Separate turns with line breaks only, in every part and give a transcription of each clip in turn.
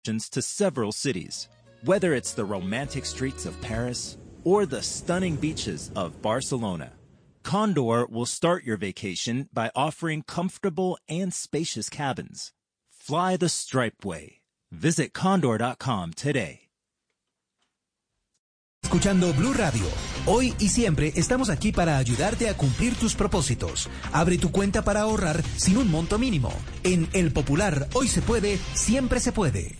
to several cities. Whether it's the romantic streets of Paris or the stunning beaches of Barcelona, Condor will start your vacation by offering comfortable and spacious cabins. Fly the Stripe Way. Visit condor.com today.
Escuchando Blue Radio. Hoy y siempre estamos aquí para ayudarte a cumplir tus propósitos. Abre tu cuenta para ahorrar sin un monto mínimo. En El Popular, hoy se puede, siempre se puede.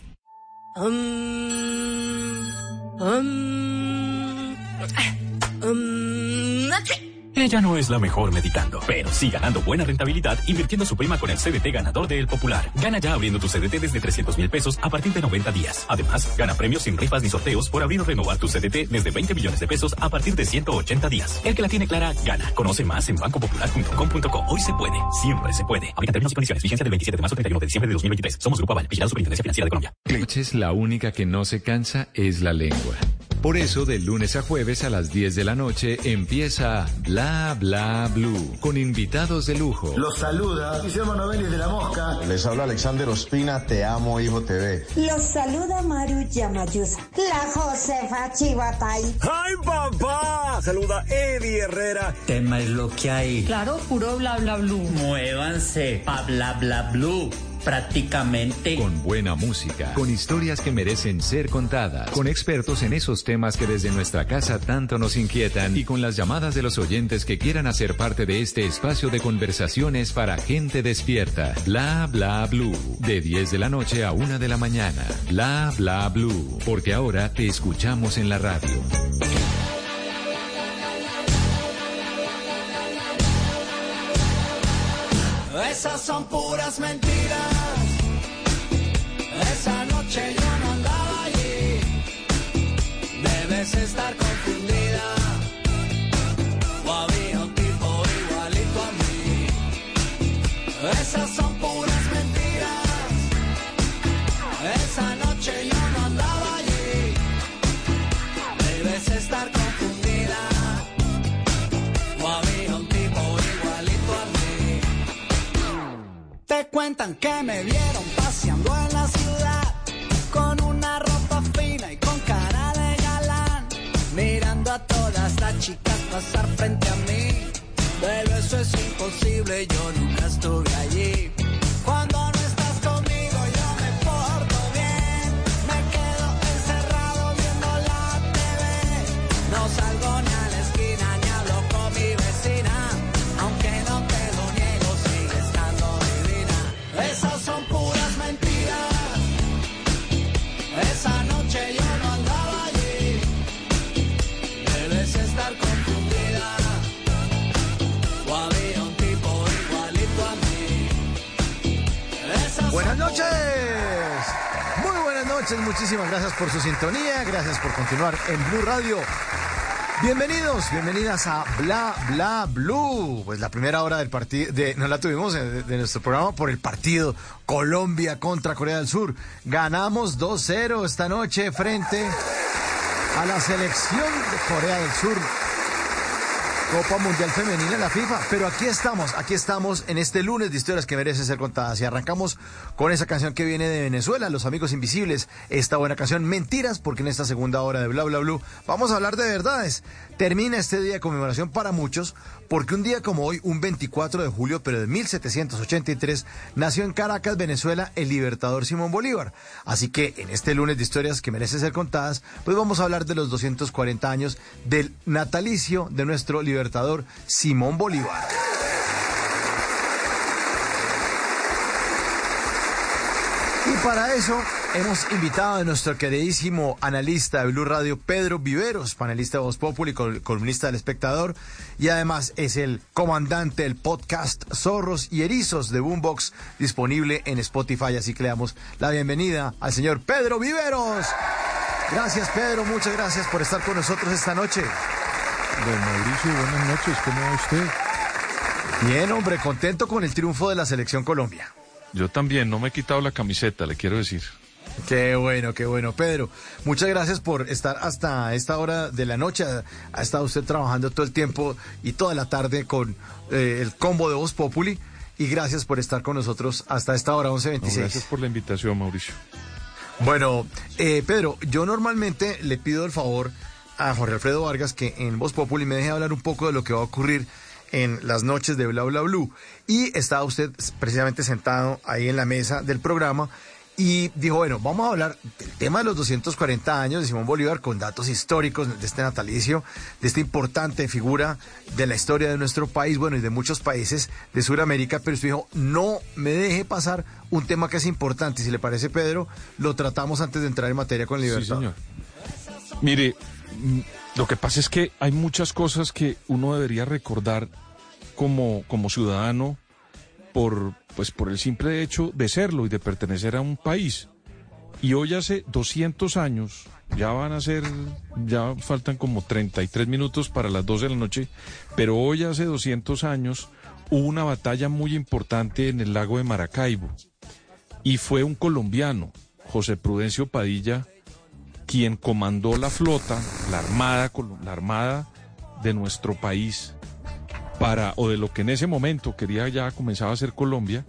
Ella no es la mejor meditando, pero sí ganando buena rentabilidad invirtiendo su prima con el CDT ganador de El Popular. Gana ya abriendo tu CDT desde 300,000 pesos a partir de 90 días. Además, gana premios sin rifas ni sorteos por abrir o renovar tu CDT desde 20 millones de pesos a partir de 180 días. El que la tiene clara, gana. Conoce más en bancopopular.com.co. Hoy se puede, siempre se puede. Aplica términos y condiciones. Vigencia del 27 de marzo al 31 de diciembre de 2023. Somos Grupo Aval, vigilado Superintendencia Financiera de Colombia.
La única que no se cansa es la lengua. Por eso, de lunes a jueves a las 10 de la noche empieza Bla Bla Blue, con invitados de lujo.
Los saluda Guillermo Novelli de La Mosca.
Les habla Alexander Ospina, Te Amo Hijo TV.
Los saluda Maru Yamayusa, la Josefa Chivatay.
¡Ay, papá! Saluda Eddie Herrera.
Tema es lo que hay.
Claro, puro Bla Bla Blue.
Muévanse a Bla Bla Blue. Prácticamente.
Con buena música, con historias que merecen ser contadas, con expertos en esos temas que desde nuestra casa tanto nos inquietan y con las llamadas de los oyentes que quieran hacer parte de este espacio de conversaciones para gente despierta. Bla Bla Blue, de 10 de la noche a 1 de la mañana. Bla Bla Blue, porque ahora te escuchamos en la radio.
Esas son puras mentiras. Esa noche yo no andaba allí. Debes estar confundida. O había un tipo igualito a mí. Esas son puras mentiras. Esa noche yo no andaba allí. Debes estar confundida. O había un tipo igualito a mí. Te cuentan que me vieron paseando en la ciudad con una ropa fina y con cara de galán, mirando a todas las chicas pasar frente a mí. Pero eso es imposible, yo nunca estuve allí. Cuando no estás conmigo yo me porto bien, me quedo encerrado viendo la TV. No salgo ni a la esquina ni hablo con mi vecina, aunque no te lo niego, sigue estando divina. Esas son puras mentiras. Esa noche yo no andaba allí. Debes estar confundida. O había un tipo igualito a mí.
Buenas noches. Muy buenas noches. Muchísimas gracias por su sintonía. Gracias por continuar en Blue Radio. Bienvenidos, bienvenidas a Bla Bla Blue. Pues la primera hora del partido, no la tuvimos de nuestro programa por el partido Colombia contra Corea del Sur. Ganamos 2-0 esta noche frente a la selección de Corea del Sur. Copa Mundial Femenina en la FIFA, pero aquí estamos en este lunes de historias que merecen ser contadas y arrancamos con esa canción que viene de Venezuela, Los Amigos Invisibles, esta buena canción, Mentiras, porque en esta segunda hora de Bla Bla Blue vamos a hablar de verdades. Termina este día de conmemoración para muchos, porque un día como hoy, un 24 de julio, pero de 1783, nació en Caracas, Venezuela, el libertador Simón Bolívar. Así que en este lunes de historias que merecen ser contadas, pues vamos a hablar de los 240 años del natalicio de nuestro libertador Simón Bolívar. Y para eso hemos invitado a nuestro queridísimo analista de Blue Radio, Pedro Viveros, panelista de Voz Populi, columnista del Espectador, y además es el comandante del podcast Zorros y Erizos de Boombox, disponible en Spotify, así que le damos la bienvenida al señor Pedro Viveros. Gracias, Pedro, muchas gracias por estar con nosotros esta noche.
Don Mauricio, buenas noches, ¿cómo va usted?
Bien, hombre, contento con el triunfo de la Selección Colombia.
Yo también, no me he quitado la camiseta, le quiero decir.
Qué bueno, Pedro. Muchas gracias por estar hasta esta hora de la noche. Ha estado usted trabajando todo el tiempo y toda la tarde con el combo de Voz Populi. Y gracias por estar con nosotros hasta esta hora, 11:26.
No, gracias por la invitación, Mauricio.
Bueno, Pedro, yo normalmente le pido el favor a Jorge Alfredo Vargas que en Voz Populi me deje hablar un poco de lo que va a ocurrir en las noches de Bla Bla Blue. Y estaba usted precisamente sentado ahí en la mesa del programa y dijo, bueno, vamos a hablar del tema de los 240 años de Simón Bolívar con datos históricos de este natalicio, de esta importante figura de la historia de nuestro país, bueno, y de muchos países de Sudamérica, pero usted dijo, no me deje pasar un tema que es importante. Si le parece, Pedro, lo tratamos antes de entrar en materia con Libertad.
Sí, señor. Mire, lo que pasa es que hay muchas cosas que uno debería recordar como ciudadano por el simple hecho de serlo y de pertenecer a un país. Y hoy hace 200 años, ya faltan como 33 minutos para las 12 de la noche, pero hoy hace 200 años hubo una batalla muy importante en el lago de Maracaibo. Y fue un colombiano, José Prudencio Padilla, quien comandó la flota, la armada de nuestro país, o de lo que en ese momento comenzaba a ser Colombia,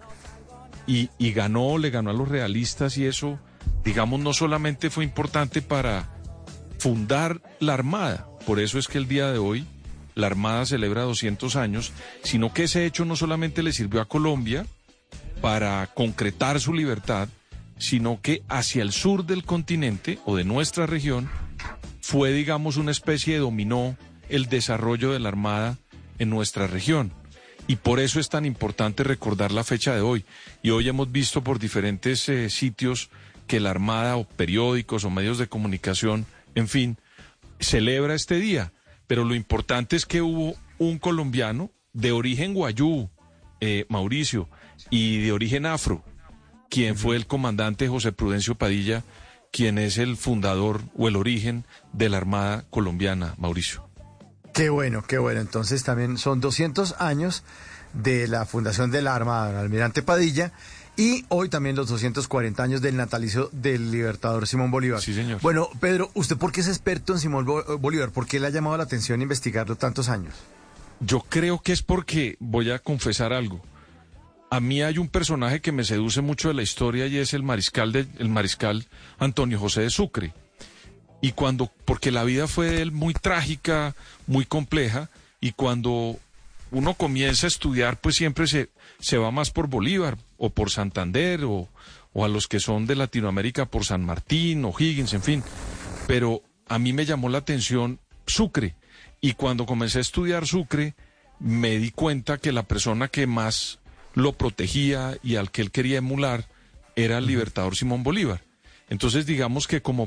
y le ganó a los realistas, y eso, digamos, no solamente fue importante para fundar la Armada, por eso es que el día de hoy la Armada celebra 200 años, sino que ese hecho no solamente le sirvió a Colombia para concretar su libertad, sino que hacia el sur del continente o de nuestra región fue, digamos, una especie de dominó el desarrollo de la Armada en nuestra región. Y por eso es tan importante recordar la fecha de hoy. Y hoy hemos visto por diferentes sitios que la Armada o periódicos o medios de comunicación, en fin, celebra este día. Pero lo importante es que hubo un colombiano de origen guayú, Mauricio, y de origen afro, quien fue el comandante José Prudencio Padilla, quien es el fundador o el origen de la Armada colombiana, Mauricio.
Qué bueno. Entonces también son 200 años de la fundación de la Armada del almirante Padilla y hoy también los 240 años del natalicio del libertador Simón Bolívar.
Sí, señor.
Bueno, Pedro, ¿usted por qué es experto en Simón Bolívar? ¿Por qué le ha llamado la atención investigarlo tantos años?
Yo creo que es porque, voy a confesar algo, a mí hay un personaje que me seduce mucho de la historia y es el mariscal Antonio José de Sucre. Y porque la vida fue de él muy trágica, muy compleja, y cuando uno comienza a estudiar, pues siempre se va más por Bolívar, o por Santander, o a los que son de Latinoamérica por San Martín, o Higgins, en fin. Pero a mí me llamó la atención Sucre, y cuando comencé a estudiar Sucre, me di cuenta que la persona que más lo protegía y al que él quería emular era el libertador Simón Bolívar. Entonces, digamos que como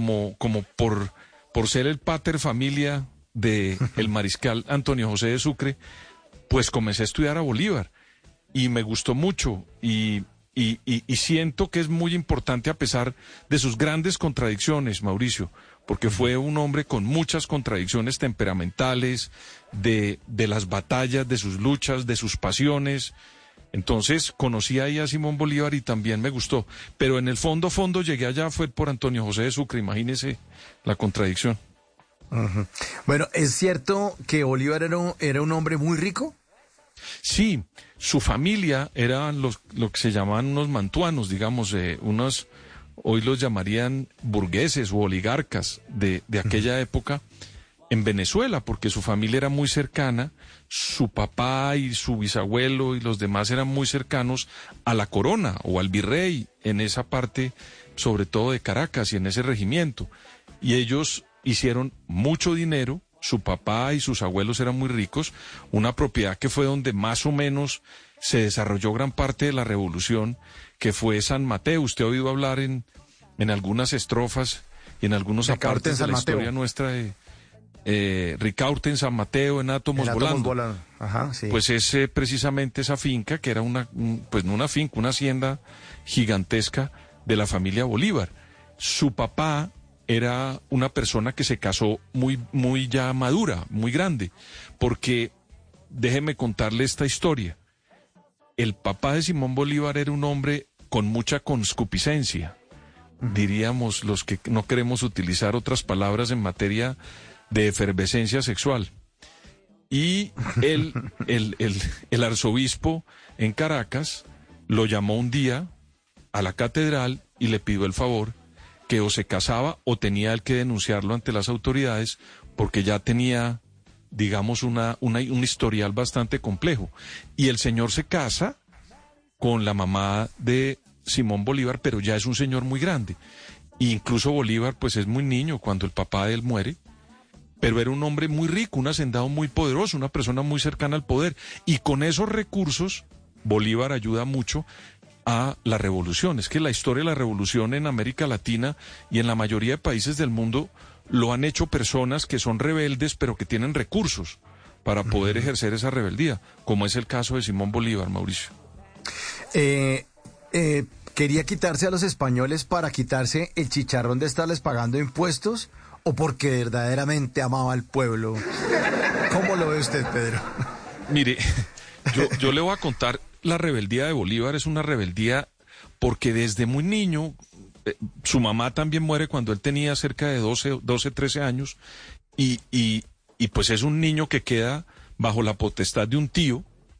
por ser el pater familia de el mariscal Antonio José de Sucre, pues comencé a estudiar a Bolívar y me gustó mucho y siento que es muy importante a pesar de sus grandes contradicciones, Mauricio, porque fue un hombre con muchas contradicciones temperamentales, de las batallas, de sus luchas, de sus pasiones. Entonces conocí ahí a Simón Bolívar y también me gustó. Pero en el fondo llegué allá fue por Antonio José de Sucre, imagínese la contradicción.
Uh-huh. Bueno, ¿es cierto que Bolívar era un hombre muy rico?
Sí, su familia eran lo que se llamaban unos mantuanos, digamos, hoy los llamarían burgueses o oligarcas de aquella época en Venezuela, porque su familia era muy cercana, su papá y su bisabuelo y los demás eran muy cercanos a la corona o al virrey en esa parte, sobre todo de Caracas y en ese regimiento. Y ellos hicieron mucho dinero, su papá y sus abuelos eran muy ricos, una propiedad que fue donde más o menos se desarrolló gran parte de la revolución, que fue San Mateo. Usted ha oído hablar en algunas estrofas y en algunos apartes de la historia nuestra de Ricaurte en San Mateo, en Átomos Volando.
Ajá, sí.
Pues es precisamente esa finca, que era una hacienda gigantesca de la familia Bolívar. Su papá era una persona que se casó muy ya madura, muy grande, porque déjeme contarle esta historia. El papá de Simón Bolívar era un hombre con mucha concupiscencia, diríamos los que no queremos utilizar otras palabras en materia de efervescencia sexual. Y el arzobispo en Caracas lo llamó un día a la catedral y le pidió el favor que o se casaba o tenía él que denunciarlo ante las autoridades porque ya tenía, digamos, un historial bastante complejo. Y el señor se casa con la mamá de Simón Bolívar, pero ya es un señor muy grande. E incluso Bolívar, pues es muy niño cuando el papá de él muere, pero era un hombre muy rico, un hacendado muy poderoso, una persona muy cercana al poder. Y con esos recursos, Bolívar ayuda mucho a la revolución. Es que la historia de la revolución en América Latina y en la mayoría de países del mundo lo han hecho personas que son rebeldes, pero que tienen recursos para poder ejercer esa rebeldía, como es el caso de Simón Bolívar, Mauricio.
¿Quería quitarse a los españoles para quitarse el chicharrón de estarles pagando impuestos o porque verdaderamente amaba al pueblo? ¿Cómo lo ve usted, Pedro?
Mire, yo le voy a contar, la rebeldía de Bolívar es una rebeldía porque desde muy niño, su mamá también muere cuando él tenía cerca de 12, 13 años, y pues es un niño que queda bajo la potestad de un tío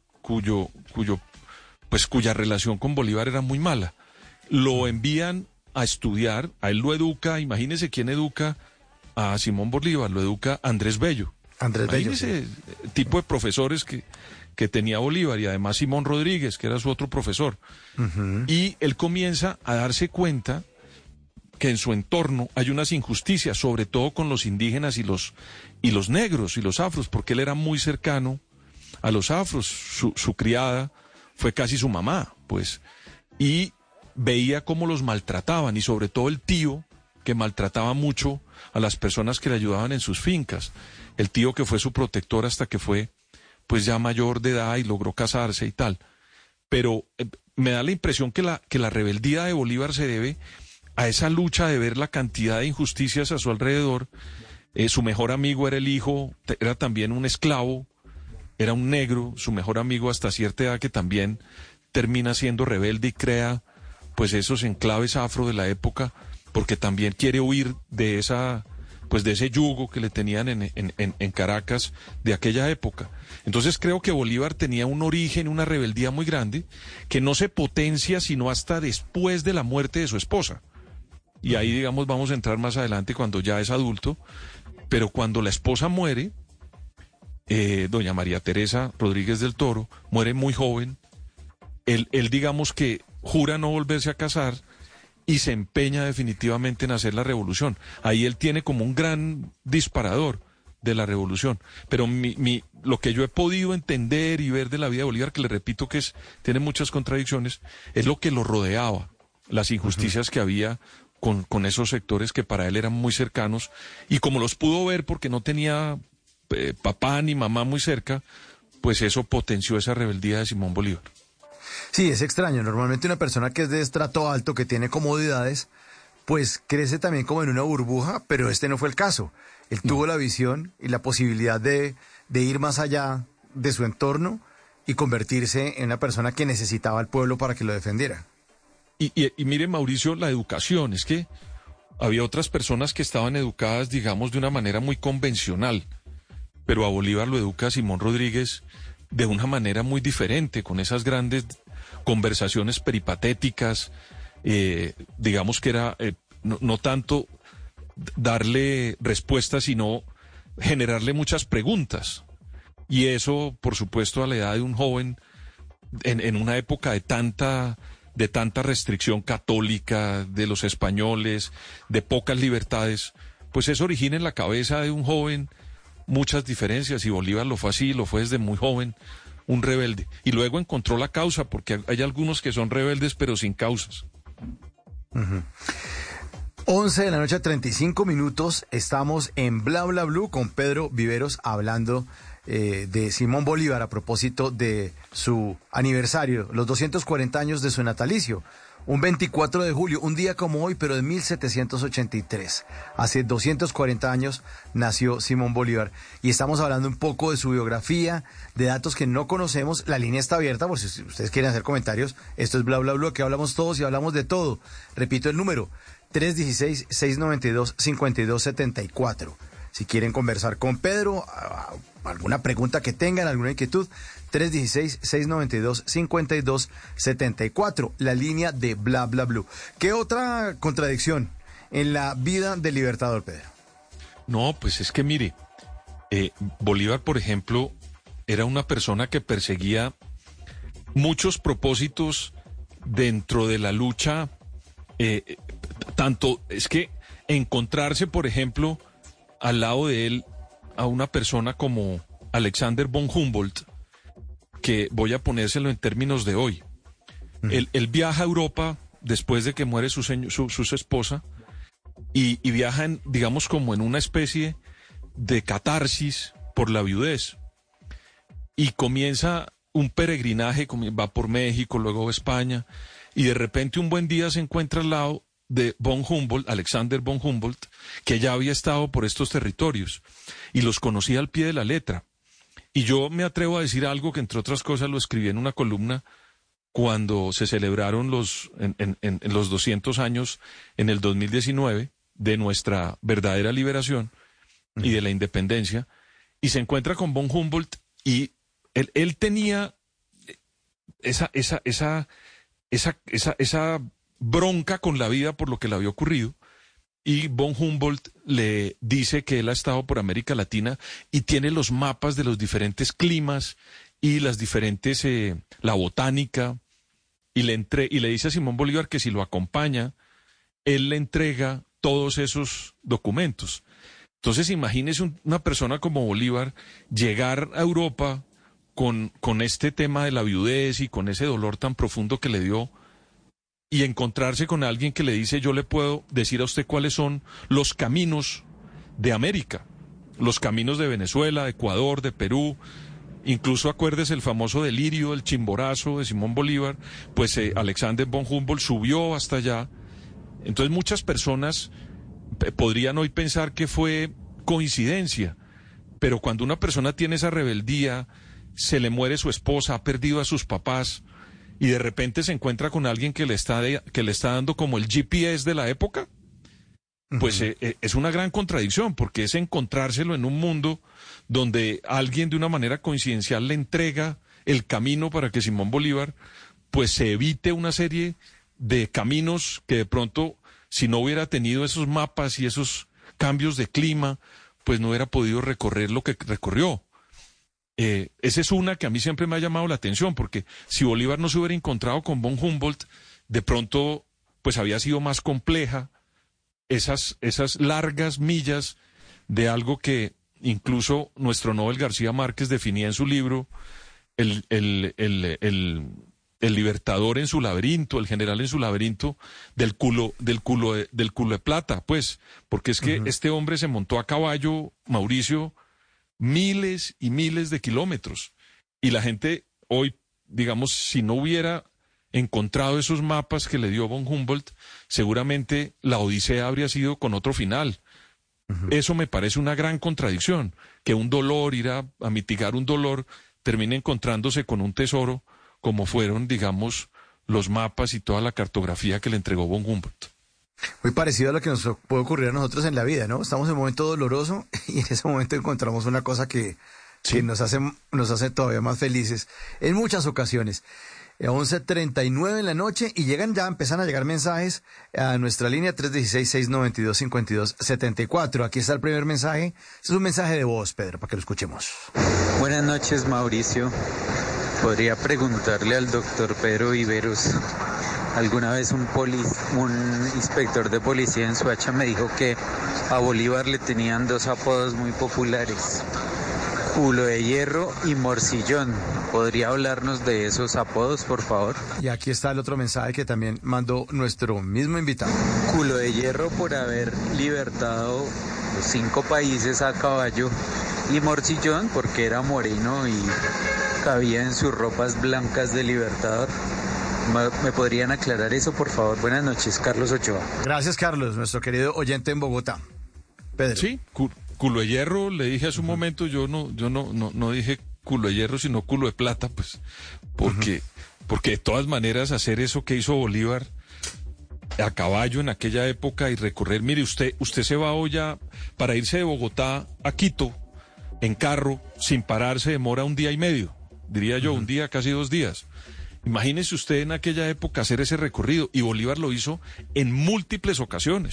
cuya relación con Bolívar era muy mala. Lo envían a estudiar, a él lo educa, imagínese quién educa a Simón Bolívar, lo educa Andrés Bello. Imagínese el tipo de profesores que tenía Bolívar, y además Simón Rodríguez, que era su otro profesor. Y él comienza a darse cuenta que en su entorno hay unas injusticias, sobre todo con los indígenas y los negros y los afros, porque él era muy cercano a los afros. Su criada fue casi su mamá, pues, y veía cómo los maltrataban, y sobre todo el tío, que maltrataba mucho a las personas que le ayudaban en sus fincas. El tío que fue su protector hasta que fue, pues, ya mayor de edad y logró casarse y tal. Pero me da la impresión que la rebeldía de Bolívar se debe a esa lucha de ver la cantidad de injusticias a su alrededor. Su mejor amigo era el hijo, era también un esclavo, era un negro, su mejor amigo hasta cierta edad, que también termina siendo rebelde y crea pues esos enclaves afro de la época, porque también quiere huir de de ese yugo que le tenían en Caracas de aquella época. Entonces creo que Bolívar tenía un origen, una rebeldía muy grande, que no se potencia sino hasta después de la muerte de su esposa. Y ahí, digamos, vamos a entrar más adelante cuando ya es adulto, pero cuando la esposa muere, doña María Teresa Rodríguez del Toro, muere muy joven. Él digamos que jura no volverse a casar y se empeña definitivamente en hacer la revolución. Ahí él tiene como un gran disparador de la revolución. Pero lo que yo he podido entender y ver de la vida de Bolívar, que le repito que tiene muchas contradicciones, es lo que lo rodeaba, las injusticias que había con esos sectores que para él eran muy cercanos, y como los pudo ver porque no tenía papá ni mamá muy cerca, pues eso potenció esa rebeldía de Simón Bolívar.
Sí, es extraño. Normalmente una persona que es de estrato alto, que tiene comodidades, pues crece también como en una burbuja, pero este no fue el caso. Él tuvo la visión y la posibilidad de ir más allá de su entorno y convertirse en una persona que necesitaba al pueblo para que lo defendiera.
Y mire, Mauricio, la educación, es que había otras personas que estaban educadas, digamos, de una manera muy convencional, pero a Bolívar lo educa Simón Rodríguez de una manera muy diferente, con esas grandes conversaciones peripatéticas, digamos que era no tanto darle respuestas, sino generarle muchas preguntas. Y eso, por supuesto, a la edad de un joven, en una época de tanta restricción católica de los españoles, de pocas libertades, pues eso origina en la cabeza de un joven muchas diferencias, y Bolívar lo fue así, lo fue desde muy joven, un rebelde. Y luego encontró la causa, porque hay algunos que son rebeldes pero sin causas.
11 de la noche, 35 minutos, estamos en Bla Bla Blue con Pedro Viveros hablando de Simón Bolívar a propósito de su aniversario, los 240 años de su natalicio. Un 24 de julio, un día como hoy, pero de 1783. Hace 240 años nació Simón Bolívar. Y estamos hablando un poco de su biografía, de datos que no conocemos. La línea está abierta, por si ustedes quieren hacer comentarios. Esto es Bla Bla Bla, que hablamos todos y hablamos de todo. Repito el número, 316-692-5274. Si quieren conversar con Pedro, alguna pregunta que tengan, alguna inquietud, 316-692-5274, la línea de Bla Bla Blue. ¿Qué otra contradicción en la vida del Libertador, Pedro?
No, pues es que mire, Bolívar, por ejemplo, era una persona que perseguía muchos propósitos dentro de la lucha, tanto es que encontrarse, por ejemplo, al lado de él a una persona como Alexander von Humboldt, que voy a ponérselo en términos de hoy. Él viaja a Europa después de que muere su esposa y viaja, digamos, como en una especie de catarsis por la viudez. Y comienza un peregrinaje, va por México, luego España, y de repente un buen día se encuentra al lado de von Humboldt, Alexander von Humboldt, que ya había estado por estos territorios y los conocía al pie de la letra. Y yo me atrevo a decir algo que, entre otras cosas, lo escribí en una columna cuando se celebraron en los 200 años en el 2019 de nuestra verdadera liberación y de la independencia, y se encuentra con von Humboldt y él tenía esa bronca con la vida por lo que le había ocurrido, y von Humboldt le dice que él ha estado por América Latina y tiene los mapas de los diferentes climas y las diferentes, la botánica, y le dice a Simón Bolívar que si lo acompaña, él le entrega todos esos documentos. Entonces imagínese una persona como Bolívar llegar a Europa con este tema de la viudez y con ese dolor tan profundo que le dio, y encontrarse con alguien que le dice: yo le puedo decir a usted cuáles son los caminos de América, los caminos de Venezuela, de Ecuador, de Perú. Incluso acuérdese el famoso delirio, el Chimborazo de Simón Bolívar, pues Alexander von Humboldt subió hasta allá. Entonces muchas personas podrían hoy pensar que fue coincidencia, pero cuando una persona tiene esa rebeldía, se le muere su esposa, ha perdido a sus papás, y de repente se encuentra con alguien que le está dando como el GPS de la época, pues es una gran contradicción, porque es encontrárselo en un mundo donde alguien de una manera coincidencial le entrega el camino para que Simón Bolívar pues se evite una serie de caminos que de pronto, si no hubiera tenido esos mapas y esos cambios de clima, pues no hubiera podido recorrer lo que recorrió. Esa es una que a mí siempre me ha llamado la atención, porque si Bolívar no se hubiera encontrado con von Humboldt, de pronto pues había sido más compleja esas largas millas de algo que incluso nuestro Nobel García Márquez definía en su libro, el libertador en su laberinto, el general en su laberinto, del culo de plata, pues, porque es que este hombre se montó a caballo, Mauricio, miles y miles de kilómetros, y la gente hoy, digamos, si no hubiera encontrado esos mapas que le dio von Humboldt, seguramente la Odisea habría sido con otro final. Eso me parece una gran contradicción, que un dolor, ir a mitigar un dolor, termine encontrándose con un tesoro, como fueron, digamos, los mapas y toda la cartografía que le entregó von Humboldt.
Muy parecido a lo que nos puede ocurrir a nosotros en la vida, ¿no? Estamos en un momento doloroso y en ese momento encontramos una cosa que nos hace todavía más felices en muchas ocasiones. 11:39 en la noche y empiezan a llegar mensajes a nuestra línea 316-692-5274. Aquí está el primer mensaje. Es un mensaje de voz, Pedro, para que lo escuchemos.
Buenas noches, Mauricio. Podría preguntarle al doctor Pedro Viveros. Alguna vez un inspector de policía en Soacha me dijo que a Bolívar le tenían dos apodos muy populares: Culo de Hierro y Morcillón. ¿Podría hablarnos de esos apodos, por favor?
Y aquí está el otro mensaje que también mandó nuestro mismo invitado.
Culo de Hierro por haber libertado los 5 países a caballo, y Morcillón porque era moreno y cabía en sus ropas blancas de libertador. ¿Me podrían aclarar eso, por favor? Buenas noches, Carlos Ochoa.
Gracias, Carlos, nuestro querido oyente en Bogotá. Pedro.
Sí, culo de hierro, le dije hace un momento, yo no dije culo de hierro, sino culo de plata, pues, porque de todas maneras hacer eso que hizo Bolívar a caballo en aquella época y recorrer, mire, usted se va hoy para irse de Bogotá a Quito en carro, sin parar, se demora un día y medio, diría yo, un día, casi 2 días. Imagínese usted en aquella época hacer ese recorrido, y Bolívar lo hizo en múltiples ocasiones.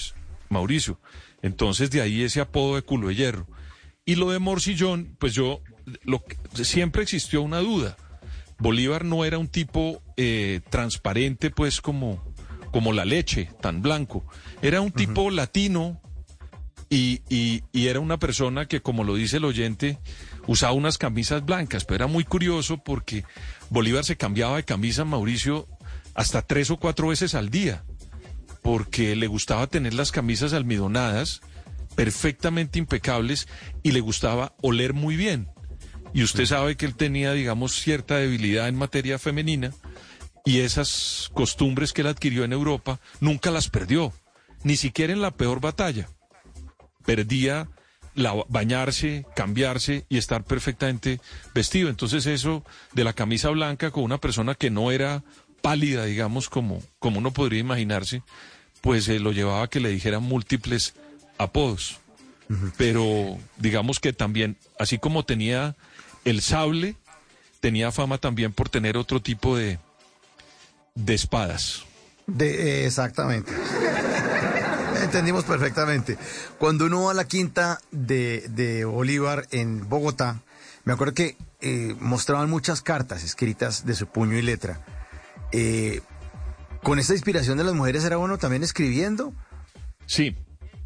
Mauricio. Entonces de ahí ese apodo de culo de hierro. Y lo de Morcillón, pues siempre existió una duda. Bolívar no era un tipo transparente, pues como la leche, tan blanco. Era un tipo latino y era una persona que, como lo dice el oyente, usaba unas camisas blancas. Pero era muy curioso porque Bolívar se cambiaba de camisa, Mauricio, hasta 3 o 4 veces al día, porque le gustaba tener las camisas almidonadas, perfectamente impecables, y le gustaba oler muy bien. Y usted sabe que él tenía, digamos, cierta debilidad en materia femenina, y esas costumbres que él adquirió en Europa nunca las perdió, ni siquiera en la peor batalla. Perdía bañarse, cambiarse y estar perfectamente vestido. Entonces eso de la camisa blanca con una persona que no era pálida, digamos, como uno podría imaginarse, pues lo llevaba a que le dijeran múltiples apodos. Pero digamos que también, así como tenía el sable, tenía fama también por tener otro tipo de espadas.
Exactamente. Entendimos perfectamente. Cuando uno va a la quinta de Bolívar en Bogotá, me acuerdo que mostraban muchas cartas escritas de su puño y letra. ¿Con esta inspiración de las mujeres era uno también escribiendo?
Sí.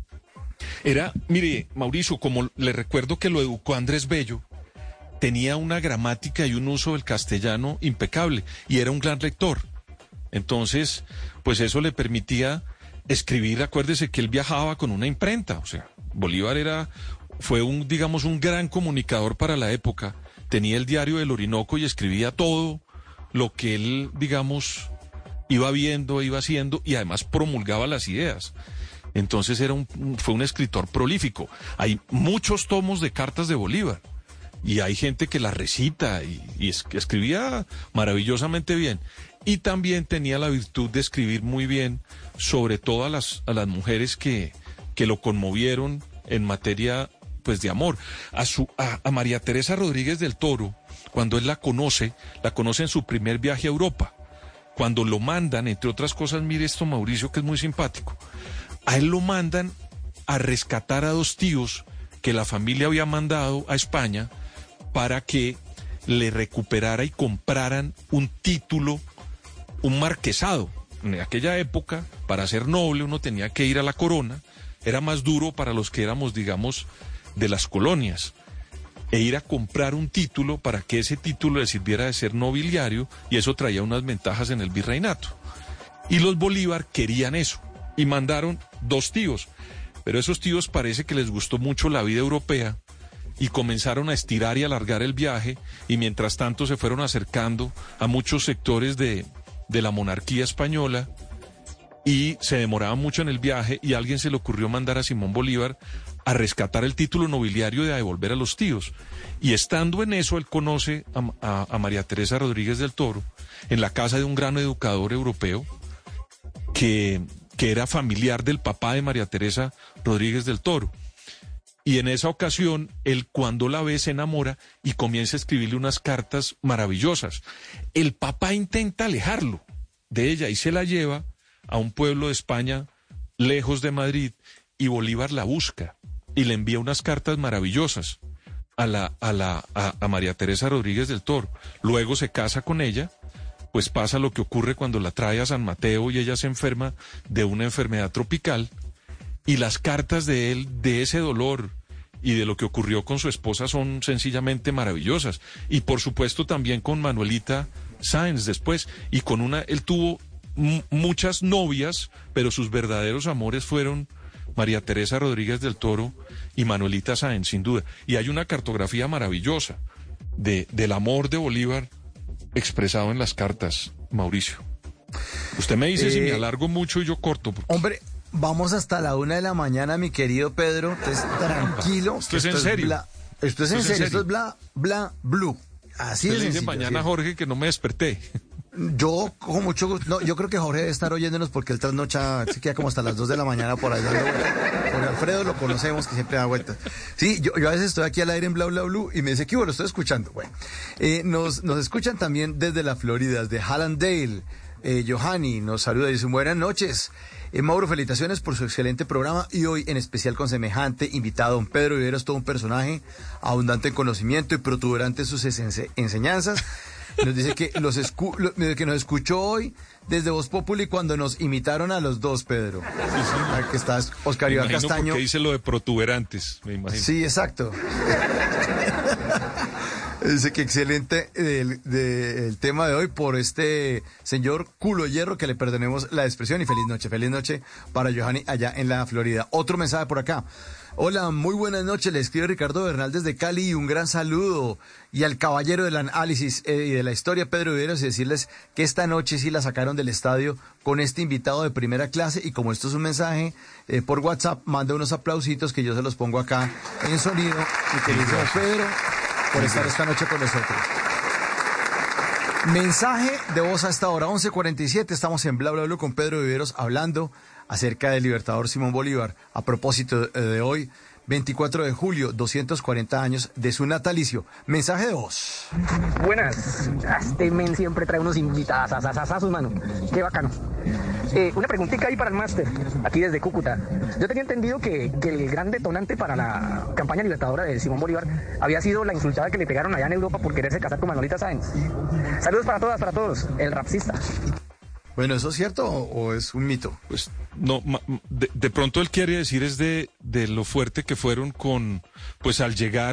Mire, Mauricio, como le recuerdo que lo educó Andrés Bello, tenía una gramática y un uso del castellano impecable y era un gran lector. Entonces, pues eso le permitía escribir. Acuérdese que él viajaba con una imprenta, o sea, Bolívar fue un gran comunicador para la época. Tenía el diario del Orinoco y escribía todo lo que él, digamos, iba viendo, iba haciendo, y además promulgaba las ideas. Entonces fue un escritor prolífico. Hay muchos tomos de cartas de Bolívar y hay gente que las recita y escribía maravillosamente bien. Y también tenía la virtud de escribir muy bien, sobre todo a las mujeres que lo conmovieron en materia, pues, de amor. A María Teresa Rodríguez del Toro, cuando él la conoce en su primer viaje a Europa. Cuando lo mandan, entre otras cosas, mire esto, Mauricio, que es muy simpático. A él lo mandan a rescatar a 2 tíos que la familia había mandado a España para que le recuperara y compraran un título, un marquesado. En aquella época, para ser noble, uno tenía que ir a la corona. Era más duro para los que éramos, digamos, de las colonias, e ir a comprar un título para que ese título le sirviera de ser nobiliario, y eso traía unas ventajas en el virreinato. Y los Bolívar querían eso, y mandaron 2 tíos, pero esos tíos parece que les gustó mucho la vida europea, y comenzaron a estirar y alargar el viaje, y mientras tanto se fueron acercando a muchos sectores de la monarquía española, y se demoraban mucho en el viaje, y a alguien se le ocurrió mandar a Simón Bolívar a rescatar el título nobiliario y a devolver a los tíos. Y estando en eso, él conoce a María Teresa Rodríguez del Toro en la casa de un gran educador europeo que era familiar del papá de María Teresa Rodríguez del Toro. Y en esa ocasión, él, cuando la ve, se enamora y comienza a escribirle unas cartas maravillosas. El papá intenta alejarlo de ella y se la lleva a un pueblo de España, lejos de Madrid, y Bolívar la busca y le envía unas cartas maravillosas a María Teresa Rodríguez del Toro. Luego se casa con ella, pues pasa lo que ocurre cuando la trae a San Mateo y ella se enferma de una enfermedad tropical, y las cartas de él, de ese dolor y de lo que ocurrió con su esposa, son sencillamente maravillosas. Y por supuesto también con Manuelita Sáenz después, y él tuvo muchas novias, pero sus verdaderos amores fueron María Teresa Rodríguez del Toro y Manuelita Sáenz, sin duda. Y hay una cartografía maravillosa del amor de Bolívar expresado en las cartas, Mauricio. Usted me dice si me alargo mucho y yo corto.
Hombre, vamos hasta la 1 de la mañana, mi querido Pedro. Entonces, tranquilo.
Esto es en serio.
Esto es en serio. Esto es bla, bla, blue. Así es.
Le dice mañana a Jorge que no me desperté.
Yo, con mucho gusto. No, yo creo que Jorge debe estar oyéndonos porque él trasnocha, se queda como hasta las 2 de la mañana por ahí dando vueltas. Con Alfredo lo conocemos, que siempre da vueltas. Sí, yo a veces estoy aquí al aire en Bla Bla Blue y me dice, ¿qué bueno? Lo estoy escuchando. Bueno, nos escuchan también desde la Florida, desde Hallandale. Johanny nos saluda y dice, buenas noches. Mauro, felicitaciones por su excelente programa y hoy en especial con semejante invitado, don Pedro Viveros, todo un personaje abundante en conocimiento y protuberante en sus enseñanzas. Nos dice que que nos escuchó hoy desde Voz Populi cuando nos imitaron a los dos, Pedro. Sí. Aquí estás, Oscar Iván Castaño.
Porque dice lo de protuberantes, me imagino.
Sí, exacto. Dice que excelente el tema de hoy por este señor culo hierro, que le perdonemos la expresión, y feliz noche para Johanny allá en la Florida. Otro mensaje por acá. Hola, muy buenas noches, le escribe Ricardo Bernal desde Cali y un gran saludo. Y al caballero del análisis y de la historia, Pedro Viveros, y decirles que esta noche sí la sacaron del estadio con este invitado de primera clase, y como esto es un mensaje por WhatsApp, manda unos aplausitos que yo se los pongo acá en sonido. Mi querido Pedro, por estar esta noche con nosotros. Mensaje de voz a esta hora, 11:47, estamos en Bla Bla Bla con Pedro Viveros hablando acerca del libertador Simón Bolívar. A propósito de hoy, 24 de julio, 240 años de su natalicio. Mensaje de voz.
Buenas. Este men siempre trae unos invitados a sus manos. Qué bacano. Una preguntita ahí para el máster, aquí desde Cúcuta. Yo tenía entendido que el gran detonante para la campaña libertadora de Simón Bolívar había sido la insultada que le pegaron allá en Europa por quererse casar con Manolita Sáenz. Saludos para todas, para todos. El rapsista.
Bueno, ¿eso es cierto o es un mito?
Pues no, de pronto él quiere decir es de lo fuerte que fueron con, pues al llegar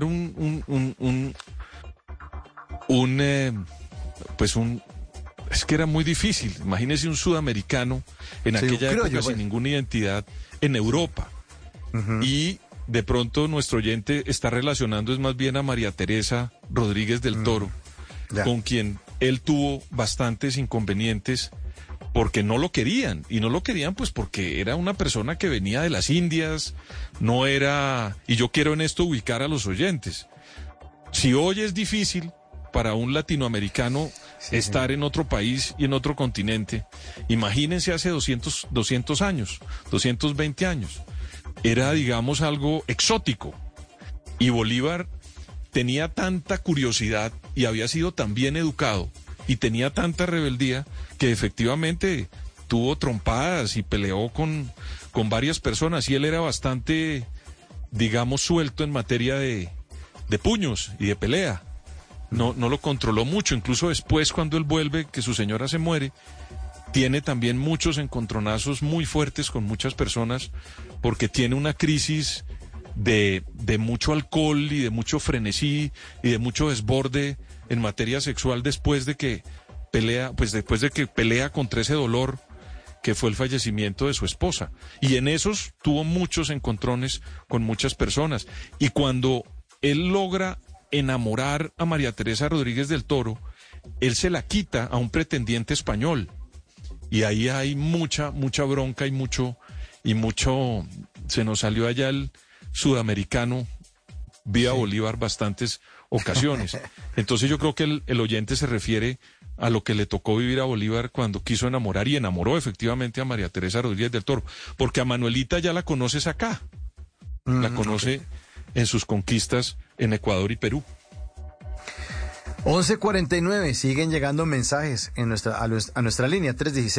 es que era muy difícil. Imagínese un sudamericano en aquella época sin ninguna identidad en Europa. Uh-huh. Y de pronto nuestro oyente está relacionando es más bien a María Teresa Rodríguez del Toro, con quien él tuvo bastantes inconvenientes porque no lo querían, y no lo querían pues porque era una persona que venía de las Indias, no era, y yo quiero en esto ubicar a los oyentes. Si hoy es difícil para un latinoamericano estar en otro país y en otro continente, imagínense hace 200 años, 220 años, era digamos algo exótico, y Bolívar tenía tanta curiosidad y había sido tan bien educado y tenía tanta rebeldía que efectivamente tuvo trompadas y peleó con varias personas, y él era bastante, digamos, suelto en materia de puños y de pelea. No lo controló mucho, incluso después cuando él vuelve, que su señora se muere, tiene también muchos encontronazos muy fuertes con muchas personas, porque tiene una crisis de mucho alcohol y de mucho frenesí y de mucho desborde en materia sexual después de que pelea contra ese dolor que fue el fallecimiento de su esposa. Y en esos tuvo muchos encontrones con muchas personas. Y cuando él logra enamorar a María Teresa Rodríguez del Toro, él se la quita a un pretendiente español. Y ahí hay mucha bronca y mucho, se nos salió allá el sudamericano, vía Bolívar bastantes ocasiones. Entonces yo creo que el oyente se refiere a lo que le tocó vivir a Bolívar cuando quiso enamorar, y enamoró efectivamente a María Teresa Rodríguez del Toro, porque a Manuelita ya la conoces acá, la conoce en sus conquistas en Ecuador y Perú.
11:49, siguen llegando mensajes a nuestra línea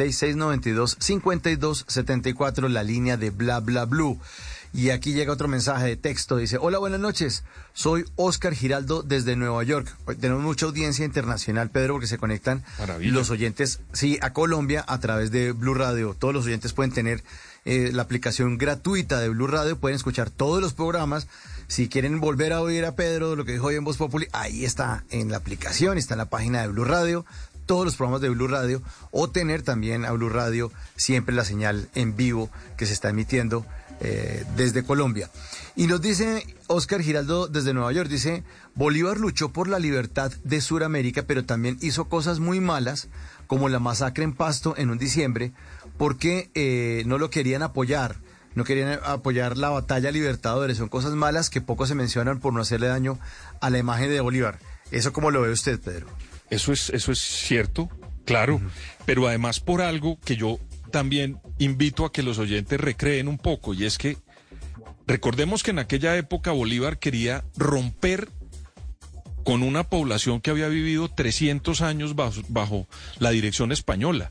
316-692-5274, la línea de Bla Bla Blue. Y aquí llega otro mensaje de texto, dice: hola, buenas noches, soy Oscar Giraldo desde Nueva York. Hoy tenemos mucha audiencia internacional, Pedro, porque se conectan los oyentes, a Colombia a través de Blue Radio. Todos los oyentes pueden tener la aplicación gratuita de Blue Radio, pueden escuchar todos los programas. Si quieren volver a oír a Pedro, lo que dijo hoy en Voz Populi, ahí está en la aplicación, está en la página de Blue Radio, todos los programas de Blue Radio, o tener también a Blue Radio siempre la señal en vivo que se está emitiendo desde Colombia. Y nos dice Oscar Giraldo desde Nueva York, dice: Bolívar luchó por la libertad de Sudamérica, pero también hizo cosas muy malas, como la masacre en Pasto en un diciembre, porque no lo querían apoyar. No querían apoyar la batalla Libertadores. Son cosas malas que poco se mencionan por no hacerle daño a la imagen de Bolívar. ¿Eso cómo lo ve usted, Pedro?
Eso es cierto, claro, pero además por algo que yo también invito a que los oyentes recreen un poco, y es que recordemos que en aquella época Bolívar quería romper con una población que había vivido 300 años bajo la dirección española.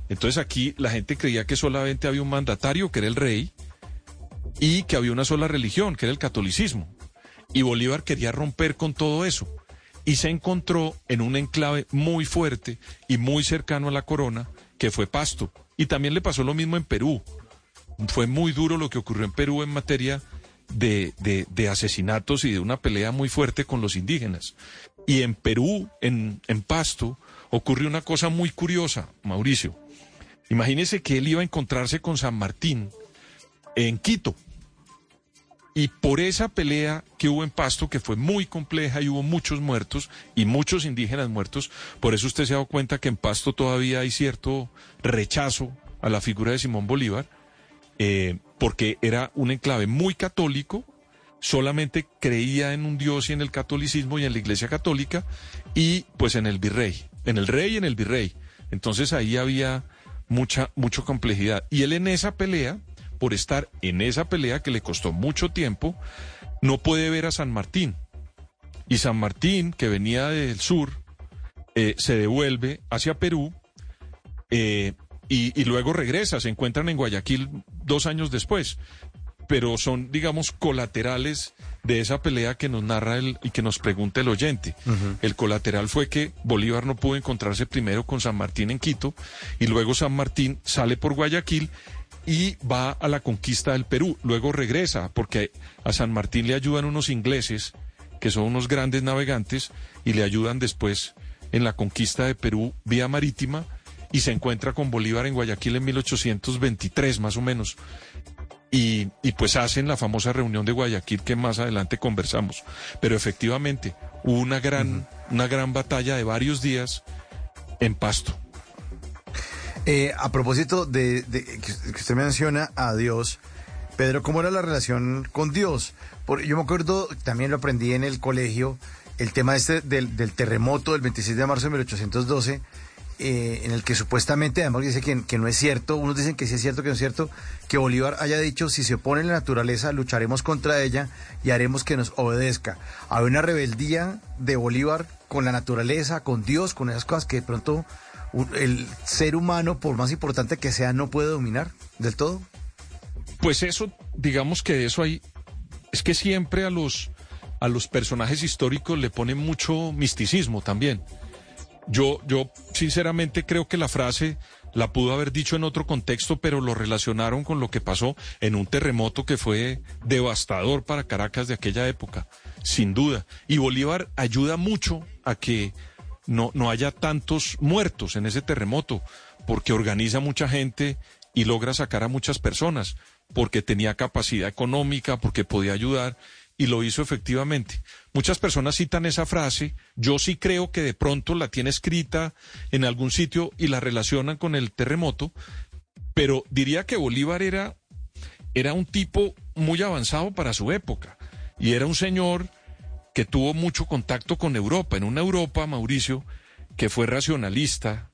Entonces aquí la gente creía que solamente había un mandatario, que era el rey, y que había una sola religión, que era el catolicismo. Y Bolívar quería romper con todo eso. Y se encontró en un enclave muy fuerte y muy cercano a la corona, que fue Pasto. Y también le pasó lo mismo en Perú. Fue muy duro lo que ocurrió en Perú en materia de asesinatos y de una pelea muy fuerte con los indígenas. Y en Perú, en Pasto, ocurrió una cosa muy curiosa, Mauricio. Imagínese que él iba a encontrarse con San Martín en Quito. Y por esa pelea que hubo en Pasto, que fue muy compleja y hubo muchos muertos y muchos indígenas muertos, por eso usted se ha dado cuenta que en Pasto todavía hay cierto rechazo a la figura de Simón Bolívar, porque era un enclave muy católico, solamente creía en un Dios y en el catolicismo y en la Iglesia Católica, y pues en el virrey, en el rey y en el virrey. Entonces ahí había mucha complejidad. Y él en esa pelea, por estar en esa pelea que le costó mucho tiempo, no puede ver a San Martín. Y San Martín, que venía del sur, se devuelve hacia Perú y luego regresa. Se encuentran en Guayaquil 2 años después. Pero son, digamos, colaterales de esa pelea que nos narra y que nos pregunta el oyente. Uh-huh. El colateral fue que Bolívar no pudo encontrarse primero con San Martín en Quito y luego San Martín sale por Guayaquil y va a la conquista del Perú. Luego regresa porque a San Martín le ayudan unos ingleses que son unos grandes navegantes y le ayudan después en la conquista de Perú vía marítima y se encuentra con Bolívar en Guayaquil en 1823 más o menos. Y pues hacen la famosa reunión de Guayaquil que más adelante conversamos. Pero efectivamente hubo una gran batalla de varios días en Pasto.
A propósito de que usted menciona a Dios, Pedro, ¿cómo era la relación con Dios? Yo me acuerdo, también lo aprendí en el colegio, el tema del terremoto del 26 de marzo de 1812, en el que supuestamente, además dice que no es cierto, unos dicen que sí es cierto, que no es cierto, que Bolívar haya dicho, si se opone la naturaleza, lucharemos contra ella y haremos que nos obedezca. Había una rebeldía de Bolívar con la naturaleza, con Dios, con esas cosas que de pronto el ser humano, por más importante que sea, no puede dominar del todo.
Pues eso, digamos que eso hay, es que siempre a los personajes históricos le ponen mucho misticismo también. Yo sinceramente creo que la frase la pudo haber dicho en otro contexto, pero lo relacionaron con lo que pasó en un terremoto que fue devastador para Caracas de aquella época, sin duda. Y Bolívar ayuda mucho a que no haya tantos muertos en ese terremoto, porque organiza mucha gente y logra sacar a muchas personas, porque tenía capacidad económica, porque podía ayudar. Y lo hizo efectivamente. Muchas personas citan esa frase, yo sí creo que de pronto la tiene escrita en algún sitio y la relacionan con el terremoto, pero diría que Bolívar era un tipo muy avanzado para su época y era un señor que tuvo mucho contacto con Europa, en una Europa, Mauricio, que fue racionalista,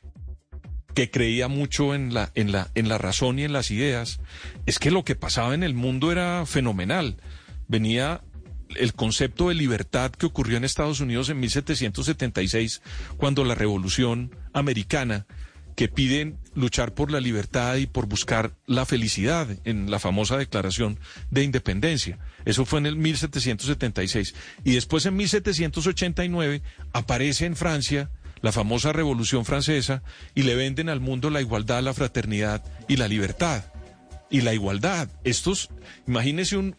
que creía mucho en la razón y en las ideas. Es que lo que pasaba en el mundo era fenomenal. Venía el concepto de libertad que ocurrió en Estados Unidos en 1776, cuando la Revolución Americana, que piden luchar por la libertad y por buscar la felicidad en la famosa Declaración de Independencia. Eso fue en el 1776. Y después en 1789 aparece en Francia la famosa Revolución Francesa y le venden al mundo la igualdad, la fraternidad y la libertad. Y la igualdad. Estos, imagínese un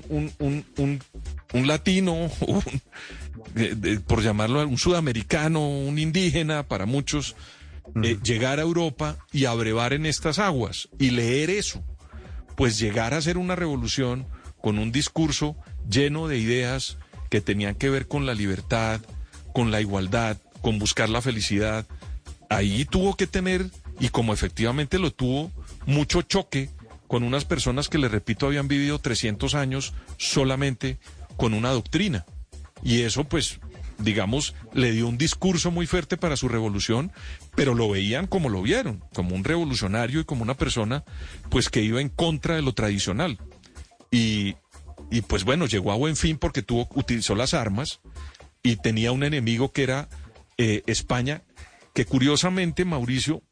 latino, por llamarlo, un sudamericano, un indígena, para muchos, llegar a Europa y abrevar en estas aguas y leer eso, pues llegar a hacer una revolución con un discurso lleno de ideas que tenían que ver con la libertad, con la igualdad, con buscar la felicidad. Ahí tuvo que tener, y como efectivamente lo tuvo, mucho choque con unas personas que, les repito, habían vivido 300 años solamente con una doctrina. Y eso, pues, digamos, le dio un discurso muy fuerte para su revolución, pero lo veían como lo vieron, como un revolucionario y como una persona, pues, que iba en contra de lo tradicional. Y pues, bueno, llegó a buen fin porque utilizó las armas y tenía un enemigo que era España, que curiosamente, Mauricio,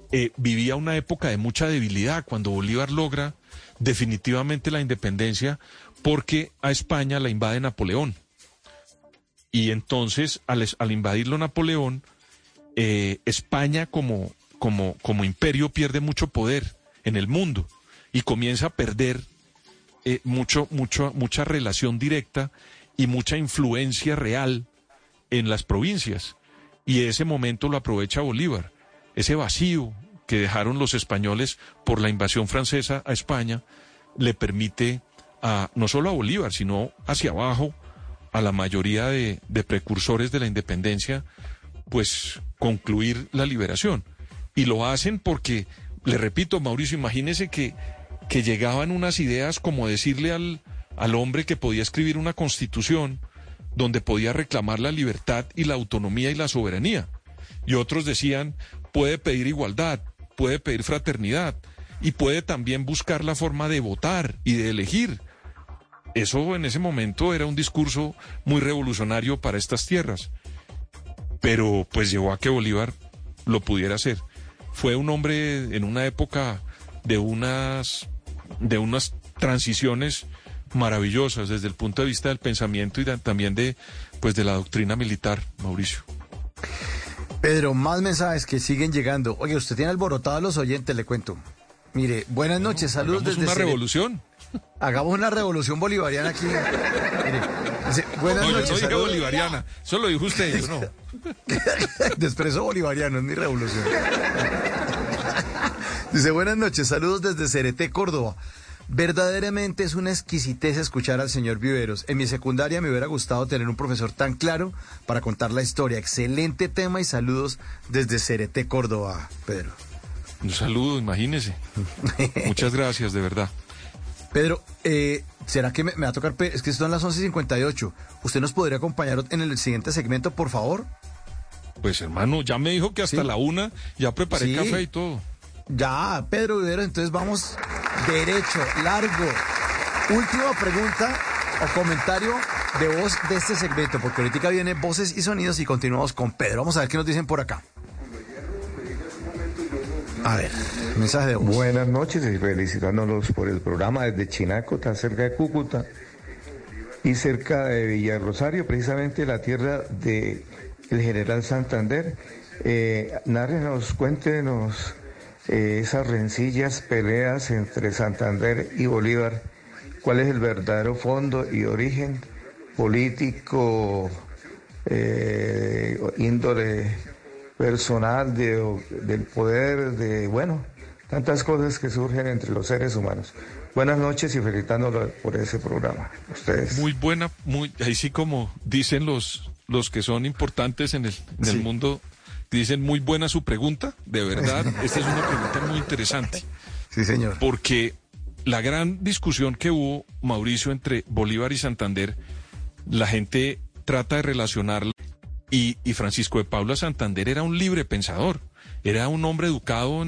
vivía una época de mucha debilidad cuando Bolívar logra definitivamente la independencia, porque a España la invade Napoleón. Y entonces, al invadirlo Napoleón, España como imperio pierde mucho poder en el mundo y comienza a perder mucha relación directa y mucha influencia real en las provincias. Y ese momento lo aprovecha Bolívar. Ese vacío que dejaron los españoles por la invasión francesa a España le permite no solo a Bolívar, sino hacia abajo a la mayoría de precursores de la independencia, pues concluir la liberación. Y lo hacen porque, le repito, Mauricio, imagínese que llegaban unas ideas como decirle al hombre que podía escribir una constitución donde podía reclamar la libertad y la autonomía y la soberanía. Y otros decían, puede pedir igualdad, puede pedir fraternidad y puede también buscar la forma de votar y de elegir. Eso en ese momento era un discurso muy revolucionario para estas tierras. Pero pues llevó a que Bolívar lo pudiera hacer. Fue un hombre en una época de unas transiciones maravillosas desde el punto de vista del pensamiento y también de la doctrina militar, Mauricio.
Pedro, más mensajes que siguen llegando. Oye, usted tiene alborotado a los oyentes, le cuento. Mire, buenas noches, saludos desde...
¿Hagamos una revolución?
Hagamos una revolución bolivariana aquí. Mire, dice, buenas noches.
Yo no dije bolivariana, eso lo dijo usted, yo no.
De expreso bolivariano, es mi revolución. Dice, buenas noches, saludos desde Cereté, Córdoba. Verdaderamente es una exquisitez escuchar al señor Viveros. En mi secundaria me hubiera gustado tener un profesor tan claro para contar la historia. Excelente tema y saludos desde Cereté, Córdoba, Pedro.
Un saludo, imagínese. Muchas gracias, de verdad.
Pedro, ¿será que me va a tocar? Es que son las 11:58. ¿Usted nos podría acompañar en el siguiente segmento, por favor?
Pues hermano, ya me dijo que hasta la 1 ya preparé café y todo.
Ya, Pedro Viveros, entonces vamos derecho, largo. Última pregunta o comentario de voz de este segmento, porque ahorita viene voces y sonidos y continuamos con Pedro. Vamos a ver qué nos dicen por acá. A ver, mensaje de voz.
Buenas noches y felicitándolos por el programa desde Chinaco, tan cerca de Cúcuta y cerca de Villarrosario, precisamente la tierra del general Santander. Nárrenos, cuéntenos esas rencillas, peleas entre Santander y Bolívar. ¿Cuál es el verdadero fondo y origen político, índole personal del poder, tantas cosas que surgen entre los seres humanos? Buenas noches y felicitándolo por ese programa. Ustedes.
Muy buena, ahí sí como dicen los que son importantes en el mundo, dicen muy buena su pregunta, de verdad, esta es una pregunta muy interesante.
Sí, señor.
Porque la gran discusión que hubo, Mauricio, entre Bolívar y Santander, la gente trata de relacionarla. Y Francisco de Paula Santander era un libre pensador, era un hombre educado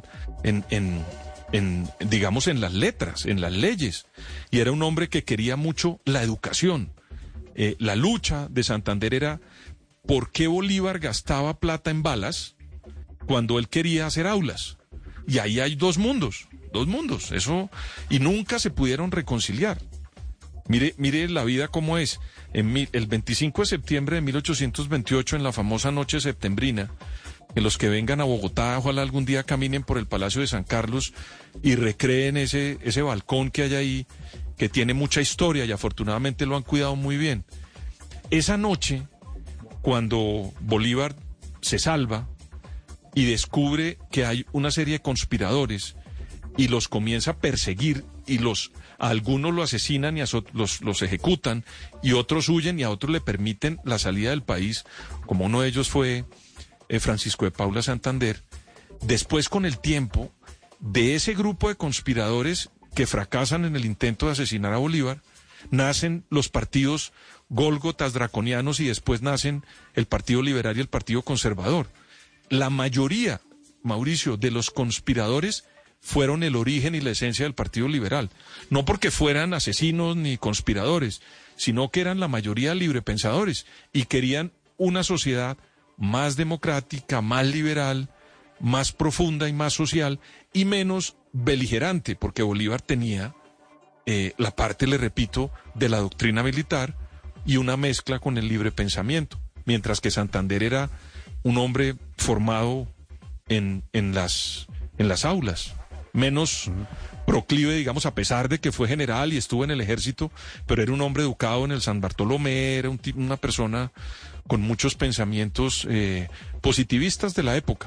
digamos, en las letras, en las leyes, y era un hombre que quería mucho la educación. La lucha de Santander era ¿por qué Bolívar gastaba plata en balas cuando él quería hacer aulas? Y ahí hay dos mundos, eso, y nunca se pudieron reconciliar. Mire la vida cómo es. El 25 de septiembre de 1828, en la famosa noche septembrina, que los que vengan a Bogotá, ojalá algún día caminen por el Palacio de San Carlos y recreen ese balcón que hay ahí, que tiene mucha historia y afortunadamente lo han cuidado muy bien. Esa noche, cuando Bolívar se salva y descubre que hay una serie de conspiradores y los comienza a perseguir y a algunos lo asesinan y los ejecutan y otros huyen y a otros le permiten la salida del país, como uno de ellos fue Francisco de Paula Santander. Después, con el tiempo, de ese grupo de conspiradores que fracasan en el intento de asesinar a Bolívar, nacen los partidos gólgotas, draconianos, y después nacen el Partido Liberal y el Partido Conservador. La mayoría, Mauricio, de los conspiradores fueron el origen y la esencia del Partido Liberal. No porque fueran asesinos ni conspiradores, sino que eran la mayoría librepensadores y querían una sociedad más democrática, más liberal, más profunda y más social y menos beligerante, porque Bolívar tenía la parte, le repito, de la doctrina militar y una mezcla con el libre pensamiento, mientras que Santander era un hombre formado en las aulas, menos proclive, digamos, a pesar de que fue general y estuvo en el ejército, pero era un hombre educado en el San Bartolomé, era una persona con muchos pensamientos positivistas de la época.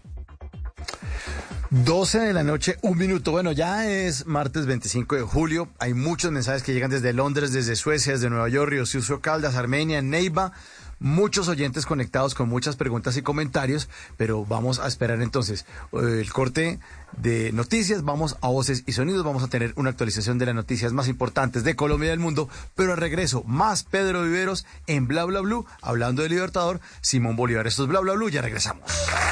12 de la noche, 1 minuto. Bueno, ya es martes 25 de julio. Hay muchos mensajes que llegan desde Londres, desde Suecia, desde Nueva York, Río Sucio, Caldas, Armenia, Neiva. Muchos oyentes conectados con muchas preguntas y comentarios, pero vamos a esperar entonces el corte de noticias, vamos a Voces y Sonidos, vamos a tener una actualización de las noticias más importantes de Colombia y del mundo, pero al regreso, más Pedro Viveros en Bla Bla Blue, hablando del Libertador, Simón Bolívar. Esto es Bla Bla Blue, ya regresamos.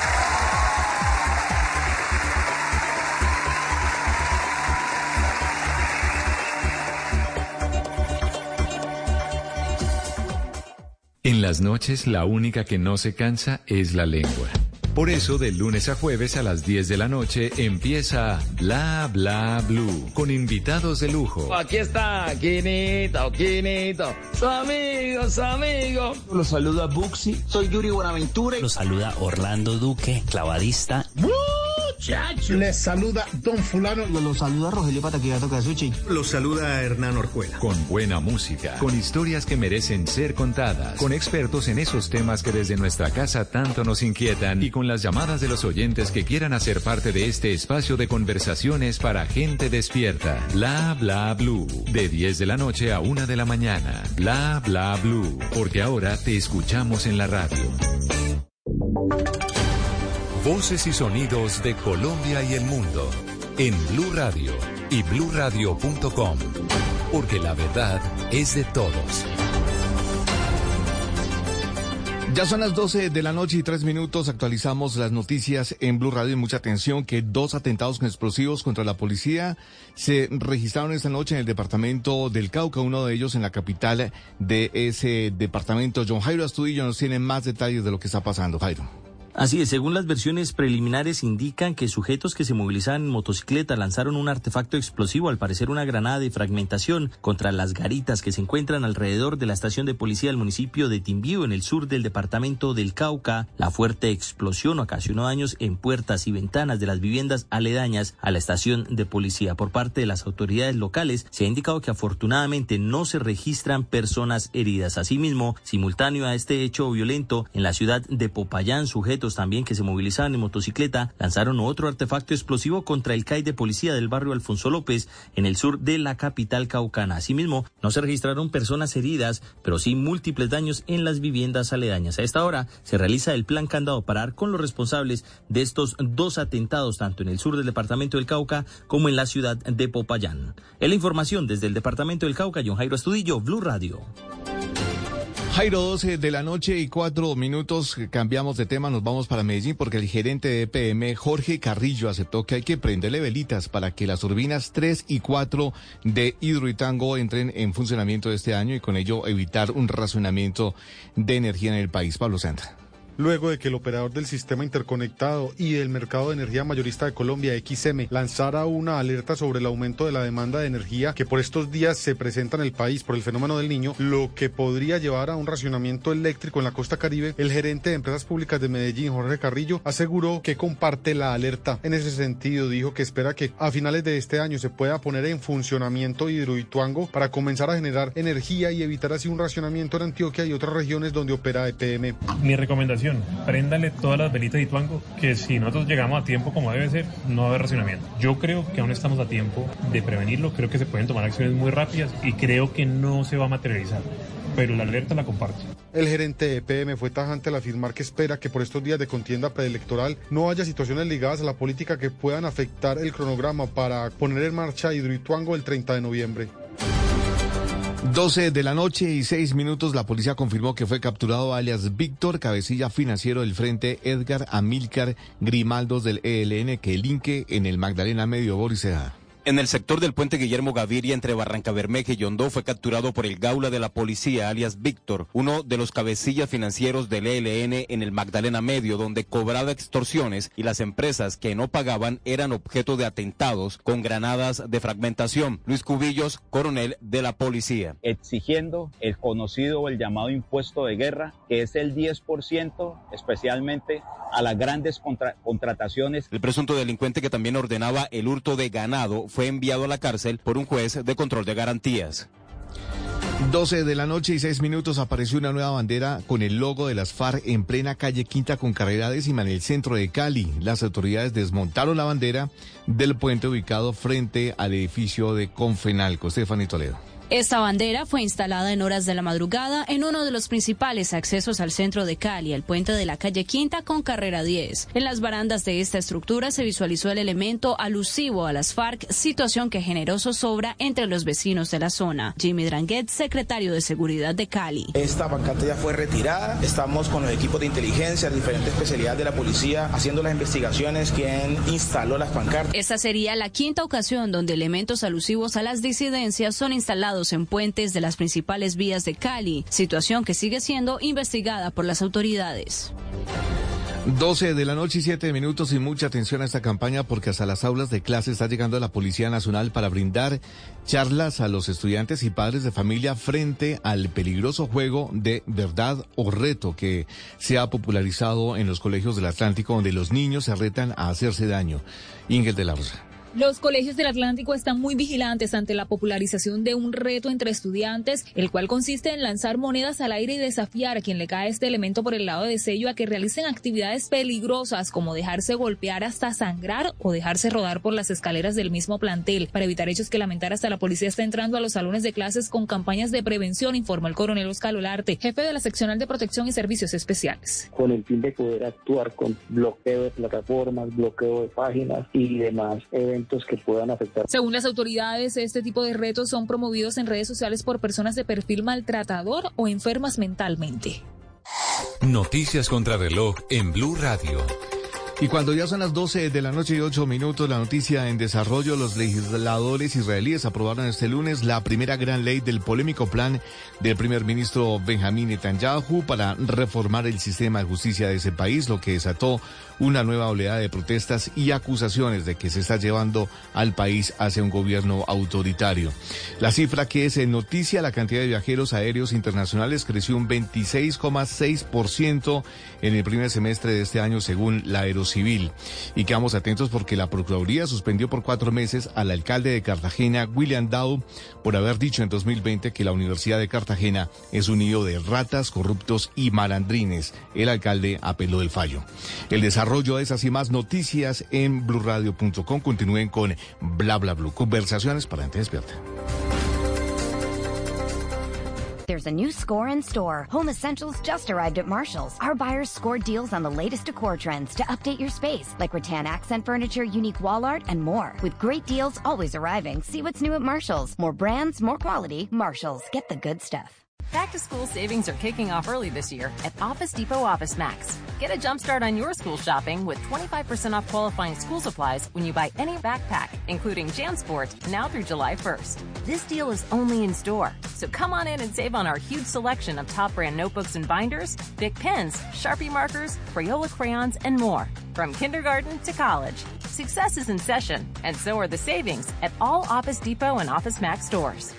En las noches, la única que no se cansa es la lengua. Por eso, de lunes a jueves a las 10 de la noche, empieza Bla Bla Blue, con invitados de lujo.
Aquí está, Quinito, su amigo.
Los saluda Buxi, soy Yuri Buenaventura.
Los saluda Orlando Duque, clavadista.
Muchacho. Les saluda Don Fulano.
Los saluda Rogelio Pataquigato Casuchi.
Los saluda Hernán Orjuela.
Con buena música, con historias que merecen ser contadas, con expertos en esos temas que desde nuestra casa tanto nos inquietan y con las llamadas de los oyentes que quieran hacer parte de este espacio de conversaciones para gente despierta. Bla Bla Blue, de 10 de la noche a 1 de la mañana. Bla Bla Blue, porque ahora te escuchamos en la radio. Voces y sonidos de Colombia y el mundo en Blue Radio y bluradio.com, porque la verdad es de todos.
Ya son las 12 de la noche y 3 minutos. Actualizamos las noticias en Blue Radio. Y mucha atención que 2 atentados con explosivos contra la policía se registraron esta noche en el departamento del Cauca, uno de ellos en la capital de ese departamento. John Jairo Astudillo nos tiene más detalles de lo que está pasando. Jairo.
Así es, según las versiones preliminares indican que sujetos que se movilizaban en motocicleta lanzaron un artefacto explosivo, al parecer una granada de fragmentación, contra las garitas que se encuentran alrededor de la estación de policía del municipio de Timbío, en el sur del departamento del Cauca. La fuerte explosión ocasionó daños en puertas y ventanas de las viviendas aledañas a la estación de policía. Por parte de las autoridades locales se ha indicado que afortunadamente no se registran personas heridas. Asimismo, simultáneo a este hecho violento, en la ciudad de Popayán, sujetos también que se movilizaban en motocicleta lanzaron otro artefacto explosivo contra el CAI de policía del barrio Alfonso López, en el sur de la capital caucana. Asimismo, no se registraron personas heridas, pero sí múltiples daños en las viviendas aledañas. A esta hora se realiza el plan candado para dar con los responsables de estos 2 atentados, tanto en el sur del departamento del Cauca como en la ciudad de Popayán. En la información desde el departamento del Cauca, John Jairo Astudillo, Blue Radio.
Jairo, 12 de la noche y 4 minutos, cambiamos de tema, nos vamos para Medellín porque el gerente de EPM, Jorge Carrillo, aceptó que hay que prenderle velitas para que las turbinas 3 y 4 de Hidroituango entren en funcionamiento este año y con ello evitar un racionamiento de energía en el país. Pablo Sandra.
Luego de que el operador del sistema interconectado y del mercado de energía mayorista de Colombia, XM, lanzara una alerta sobre el aumento de la demanda de energía que por estos días se presenta en el país por el fenómeno del Niño, lo que podría llevar a un racionamiento eléctrico en la costa Caribe, el gerente de Empresas Públicas de Medellín, Jorge Carrillo, aseguró que comparte la alerta. En ese sentido, dijo que espera que a finales de este año se pueda poner en funcionamiento Hidroituango para comenzar a generar energía y evitar así un racionamiento en Antioquia y otras regiones donde opera EPM.
Mi recomendación: préndale todas las velitas de Ituango, que si nosotros llegamos a tiempo como debe ser, no va a haber racionamiento. Yo creo que aún estamos a tiempo de prevenirlo, creo que se pueden tomar acciones muy rápidas y creo que no se va a materializar, pero la alerta la comparto.
El gerente de EPM fue tajante al afirmar que espera que por estos días de contienda preelectoral no haya situaciones ligadas a la política que puedan afectar el cronograma para poner en marcha Hidroituango el 30 de noviembre.
12 de la noche y 6 minutos, la policía confirmó que fue capturado alias Víctor, cabecilla financiero del Frente Edgar Amílcar Grimaldos del ELN, que delinque en el Magdalena Medio. Boris Ceja.
En el sector del puente Guillermo Gaviria entre Barrancabermeja y Yondó fue capturado por el Gaula de la policía, alias Víctor, uno de los cabecillas financieros del ELN en el Magdalena Medio, donde cobraba extorsiones y las empresas que no pagaban eran objeto de atentados con granadas de fragmentación. Luis Cubillos, coronel de la policía.
Exigiendo el conocido o el llamado impuesto de guerra, que es el 10%, especialmente a las grandes contrataciones.
El presunto delincuente, que también ordenaba el hurto de ganado, fue enviado a la cárcel por un juez de control de garantías.
12 de la noche y 6 minutos, apareció una nueva bandera con el logo de las FARC en plena calle Quinta con Carrera 10 en el centro de Cali. Las autoridades desmontaron la bandera del puente ubicado frente al edificio de Confenalco. Stephanie Toledo.
Esta bandera fue instalada en horas de la madrugada en uno de los principales accesos al centro de Cali, el puente de la calle Quinta con Carrera 10. En las barandas de esta estructura se visualizó el elemento alusivo a las FARC, situación que generó zozobra entre los vecinos de la zona. Jimmy Dranguet, secretario de Seguridad de Cali.
Esta pancarta ya fue retirada. Estamos con los equipos de inteligencia, diferentes especialidades de la policía, haciendo las investigaciones quién instaló las pancartas.
Esta sería la quinta ocasión donde elementos alusivos a las disidencias son instalados en puentes de las principales vías de Cali, situación que sigue siendo investigada por las autoridades.
12 de la noche y 7 minutos, y mucha atención a esta campaña porque hasta las aulas de clase está llegando la Policía Nacional para brindar charlas a los estudiantes y padres de familia frente al peligroso juego de verdad o reto que se ha popularizado en los colegios del Atlántico, donde los niños se retan a hacerse daño. Ingel de la Rosa.
Los colegios del Atlántico están muy vigilantes ante la popularización de un reto entre estudiantes, el cual consiste en lanzar monedas al aire y desafiar a quien le cae este elemento por el lado de sello a que realicen actividades peligrosas como dejarse golpear hasta sangrar o dejarse rodar por las escaleras del mismo plantel. Para evitar hechos que lamentar, hasta la policía está entrando a los salones de clases con campañas de prevención, informó el coronel Oscar Olarte, jefe de la seccional de protección y servicios especiales.
Con el fin de poder actuar con bloqueo de plataformas, bloqueo de páginas y demás eventos que puedan afectar.
Según las autoridades, este tipo de retos son promovidos en redes sociales por personas de perfil maltratador o enfermas mentalmente.
Noticias contra reloj en Blue Radio.
Y cuando ya son las 12 de la noche y 8 minutos, la noticia en desarrollo: los legisladores israelíes aprobaron este lunes la primera gran ley del polémico plan del primer ministro Benjamín Netanyahu para reformar el sistema de justicia de ese país, lo que desató una nueva oleada de protestas y acusaciones de que se está llevando al país hacia un gobierno autoritario. La cifra que es en noticia: la cantidad de viajeros aéreos internacionales creció un 26,6% en el primer semestre de este año, según la Aerocivil. Y quedamos atentos porque la Procuraduría suspendió por 4 meses al alcalde de Cartagena, William Dow, por haber dicho en 2020 que la Universidad de Cartagena es un nido de ratas, corruptos y malandrines. El alcalde apeló del fallo. El desarrollo de esas y más noticias en blurradio.com. Continúen con Bla Bla Blue. Conversaciones para gente despierta.
There's a new score in store. Home Essentials just arrived at Marshall's. Our buyers scored deals on the latest decor trends to update your space, like rattan accent furniture, unique wall art, and more. With great deals always arriving, see what's new at Marshall's. More brands, more quality. Marshall's. Get the good stuff.
Back to school savings are kicking off early this year at Office Depot Office Max. Get a jump start on your school shopping with 25% off qualifying school supplies when you buy any backpack, including JanSport, now through July 1st. This deal is only in store, so come on in and save on our huge selection of top brand notebooks and binders, Bic pens, Sharpie markers, Crayola crayons, and more. From kindergarten to college, success is in session, and so are the savings at all Office Depot and Office Max stores.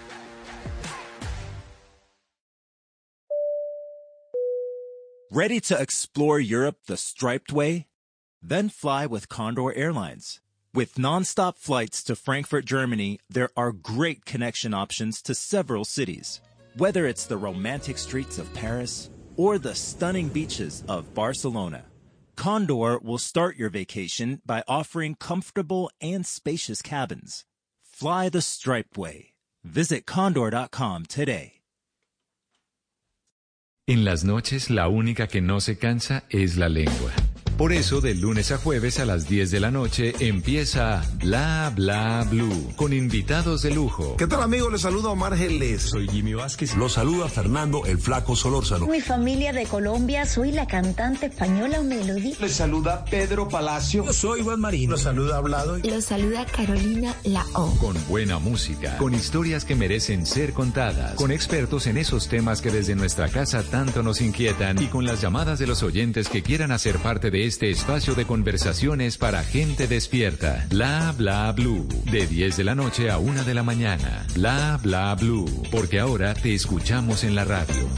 Ready to explore Europe the striped way? Then fly with Condor Airlines. With nonstop flights to Frankfurt, Germany, there are great connection options to several cities. Whether it's the romantic streets of Paris or the stunning beaches of Barcelona, Condor will start your vacation by offering comfortable and spacious cabins. Fly the striped way. Visit condor.com today.
En las noches, la única que no se cansa es la lengua. Por eso, de lunes a jueves a las 10 de la noche empieza Bla Bla Blue, con invitados de lujo.
¿Qué tal, amigos? Les saluda Omar Geles.
Soy Jimmy Vázquez. Los saluda Fernando el Flaco Solórzano.
Mi familia de Colombia, soy la cantante española Melody.
Les saluda Pedro Palacio.
Yo soy Iván Marino.
Los saluda Hablado.
Los saluda Carolina Lao.
Con buena música, con historias que merecen ser contadas, con expertos en esos temas que desde nuestra casa tanto nos inquietan y con las llamadas de los oyentes que quieran hacer parte de este espacio de conversaciones para gente despierta. Bla Bla Blue, de 10 de la noche a 1 de la mañana. Bla Bla Blue, porque ahora te escuchamos en la radio.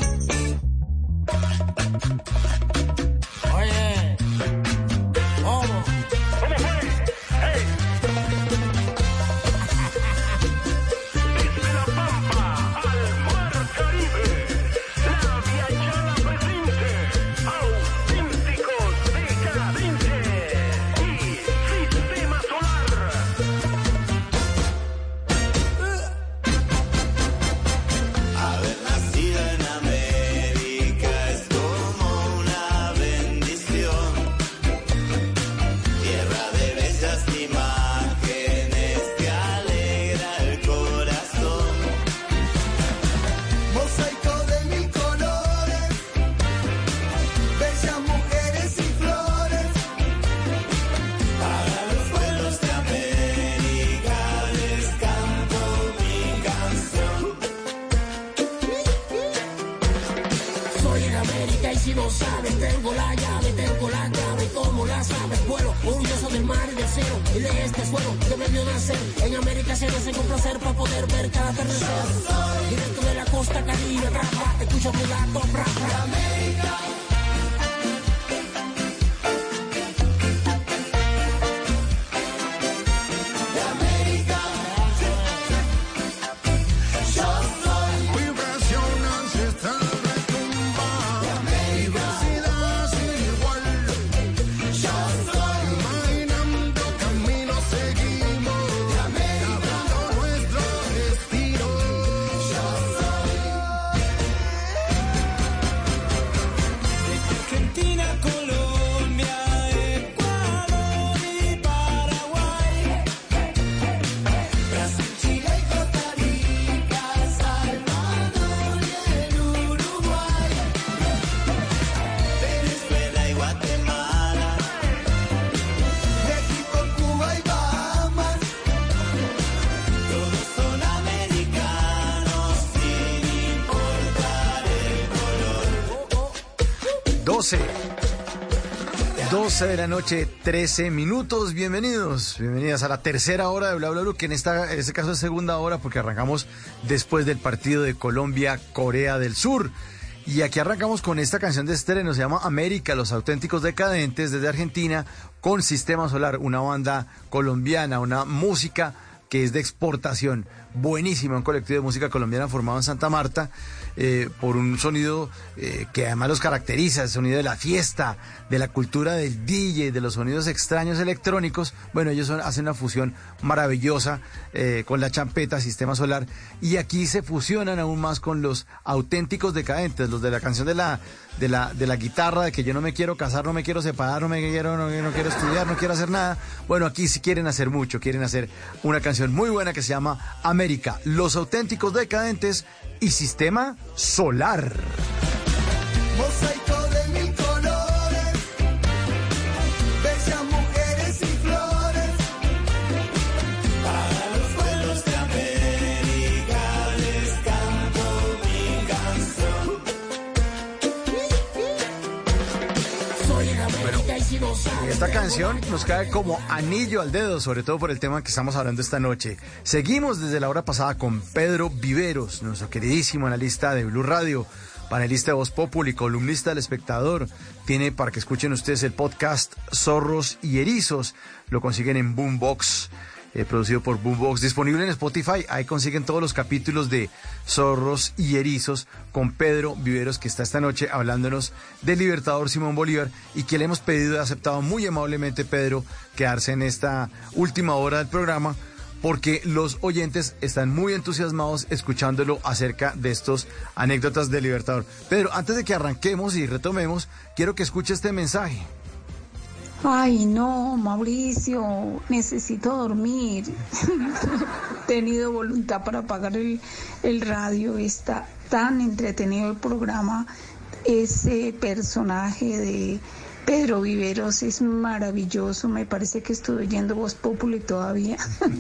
Oye, ¿cómo? ¿Cómo fue? ¡Hey! Desde La Pampa al Mar Caribe, la Viajana presente, auténticos decadentes y Sistema Solar.
Haber nacido en América es como una bendición. Tierra de bellas imágenes que alegra el corazón.
Mosaico de mil colores, bellas mujeres y flores.
Para los pueblos de América les canto mi canción.
Soy en América y si no sabes, tengo la llave, tengo la clave, como la sabes, vuelo, orgulloso del mar y del cielo, y de este suelo que me vio nacer. En América se nace con placer para poder ver cada atardecer. Directo de la costa caribe, rapa, escucha mi gato, rapa. América.
Yo soy vibración ancestral retumba, diversidad sin igual. Yo soy imaginando caminos seguimos, labrando nuestro destino. Yo
Argentina, Colombia, Ecuador y Paraguay.
Brasil, Chile y Costa Rica, Salvador y el Uruguay.
Venezuela y Guatemala.
México, Cuba y Bahamas.
Todos son americanos sin importar el color.
12 de la noche, 13 minutos. Bienvenidas a la tercera hora de Bla Bla Blue, que en este caso es segunda hora porque arrancamos después del partido de Colombia-Corea del Sur. Y aquí arrancamos con esta canción de estreno, se llama América, los auténticos decadentes, desde Argentina, con Sistema Solar, una banda colombiana, una música que es de exportación, buenísima, un colectivo de música colombiana formado en Santa Marta, por un sonido que además los caracteriza, el sonido de la fiesta, de la cultura del DJ, de los sonidos extraños electrónicos. Bueno, ellos hacen una fusión maravillosa con la champeta, Sistema Solar, y aquí se fusionan aún más con los auténticos decadentes, los de la canción de la guitarra, de que yo no me quiero casar, no me quiero separar, no quiero estudiar, no quiero hacer nada. Bueno, aquí sí quieren hacer mucho, quieren hacer una canción muy buena que se llama América, los auténticos decadentes y Sistema Solar.
Mosaico de mil colores, bellas mujeres y flores.
Para los pueblos de América les canto mi canción.
Soy en América y si no sabes.
Esta canción nos cae como anillo al dedo, sobre todo por el tema que estamos hablando esta noche. Seguimos desde la hora pasada con Pedro Viveros, nuestro queridísimo analista de Blue Radio, panelista de Voz Populi, columnista del Espectador. Tiene para que escuchen ustedes el podcast Zorros y Erizos. Lo consiguen en Boombox, producido por Boombox, disponible en Spotify. Ahí consiguen todos los capítulos de Zorros y Erizos con Pedro Viveros, que está esta noche hablándonos del Libertador Simón Bolívar, y que le hemos pedido y ha aceptado muy amablemente, Pedro, quedarse en esta última hora del programa, porque los oyentes están muy entusiasmados escuchándolo acerca de estos anécdotas del Libertador. Pedro, antes de que arranquemos y retomemos, quiero que escuche este mensaje.
Ay, no, Mauricio, necesito dormir. He tenido voluntad para apagar el radio. Está tan entretenido el programa. Ese personaje de Pedro Viveros es maravilloso. Me parece que estoy oyendo Voz Populi todavía.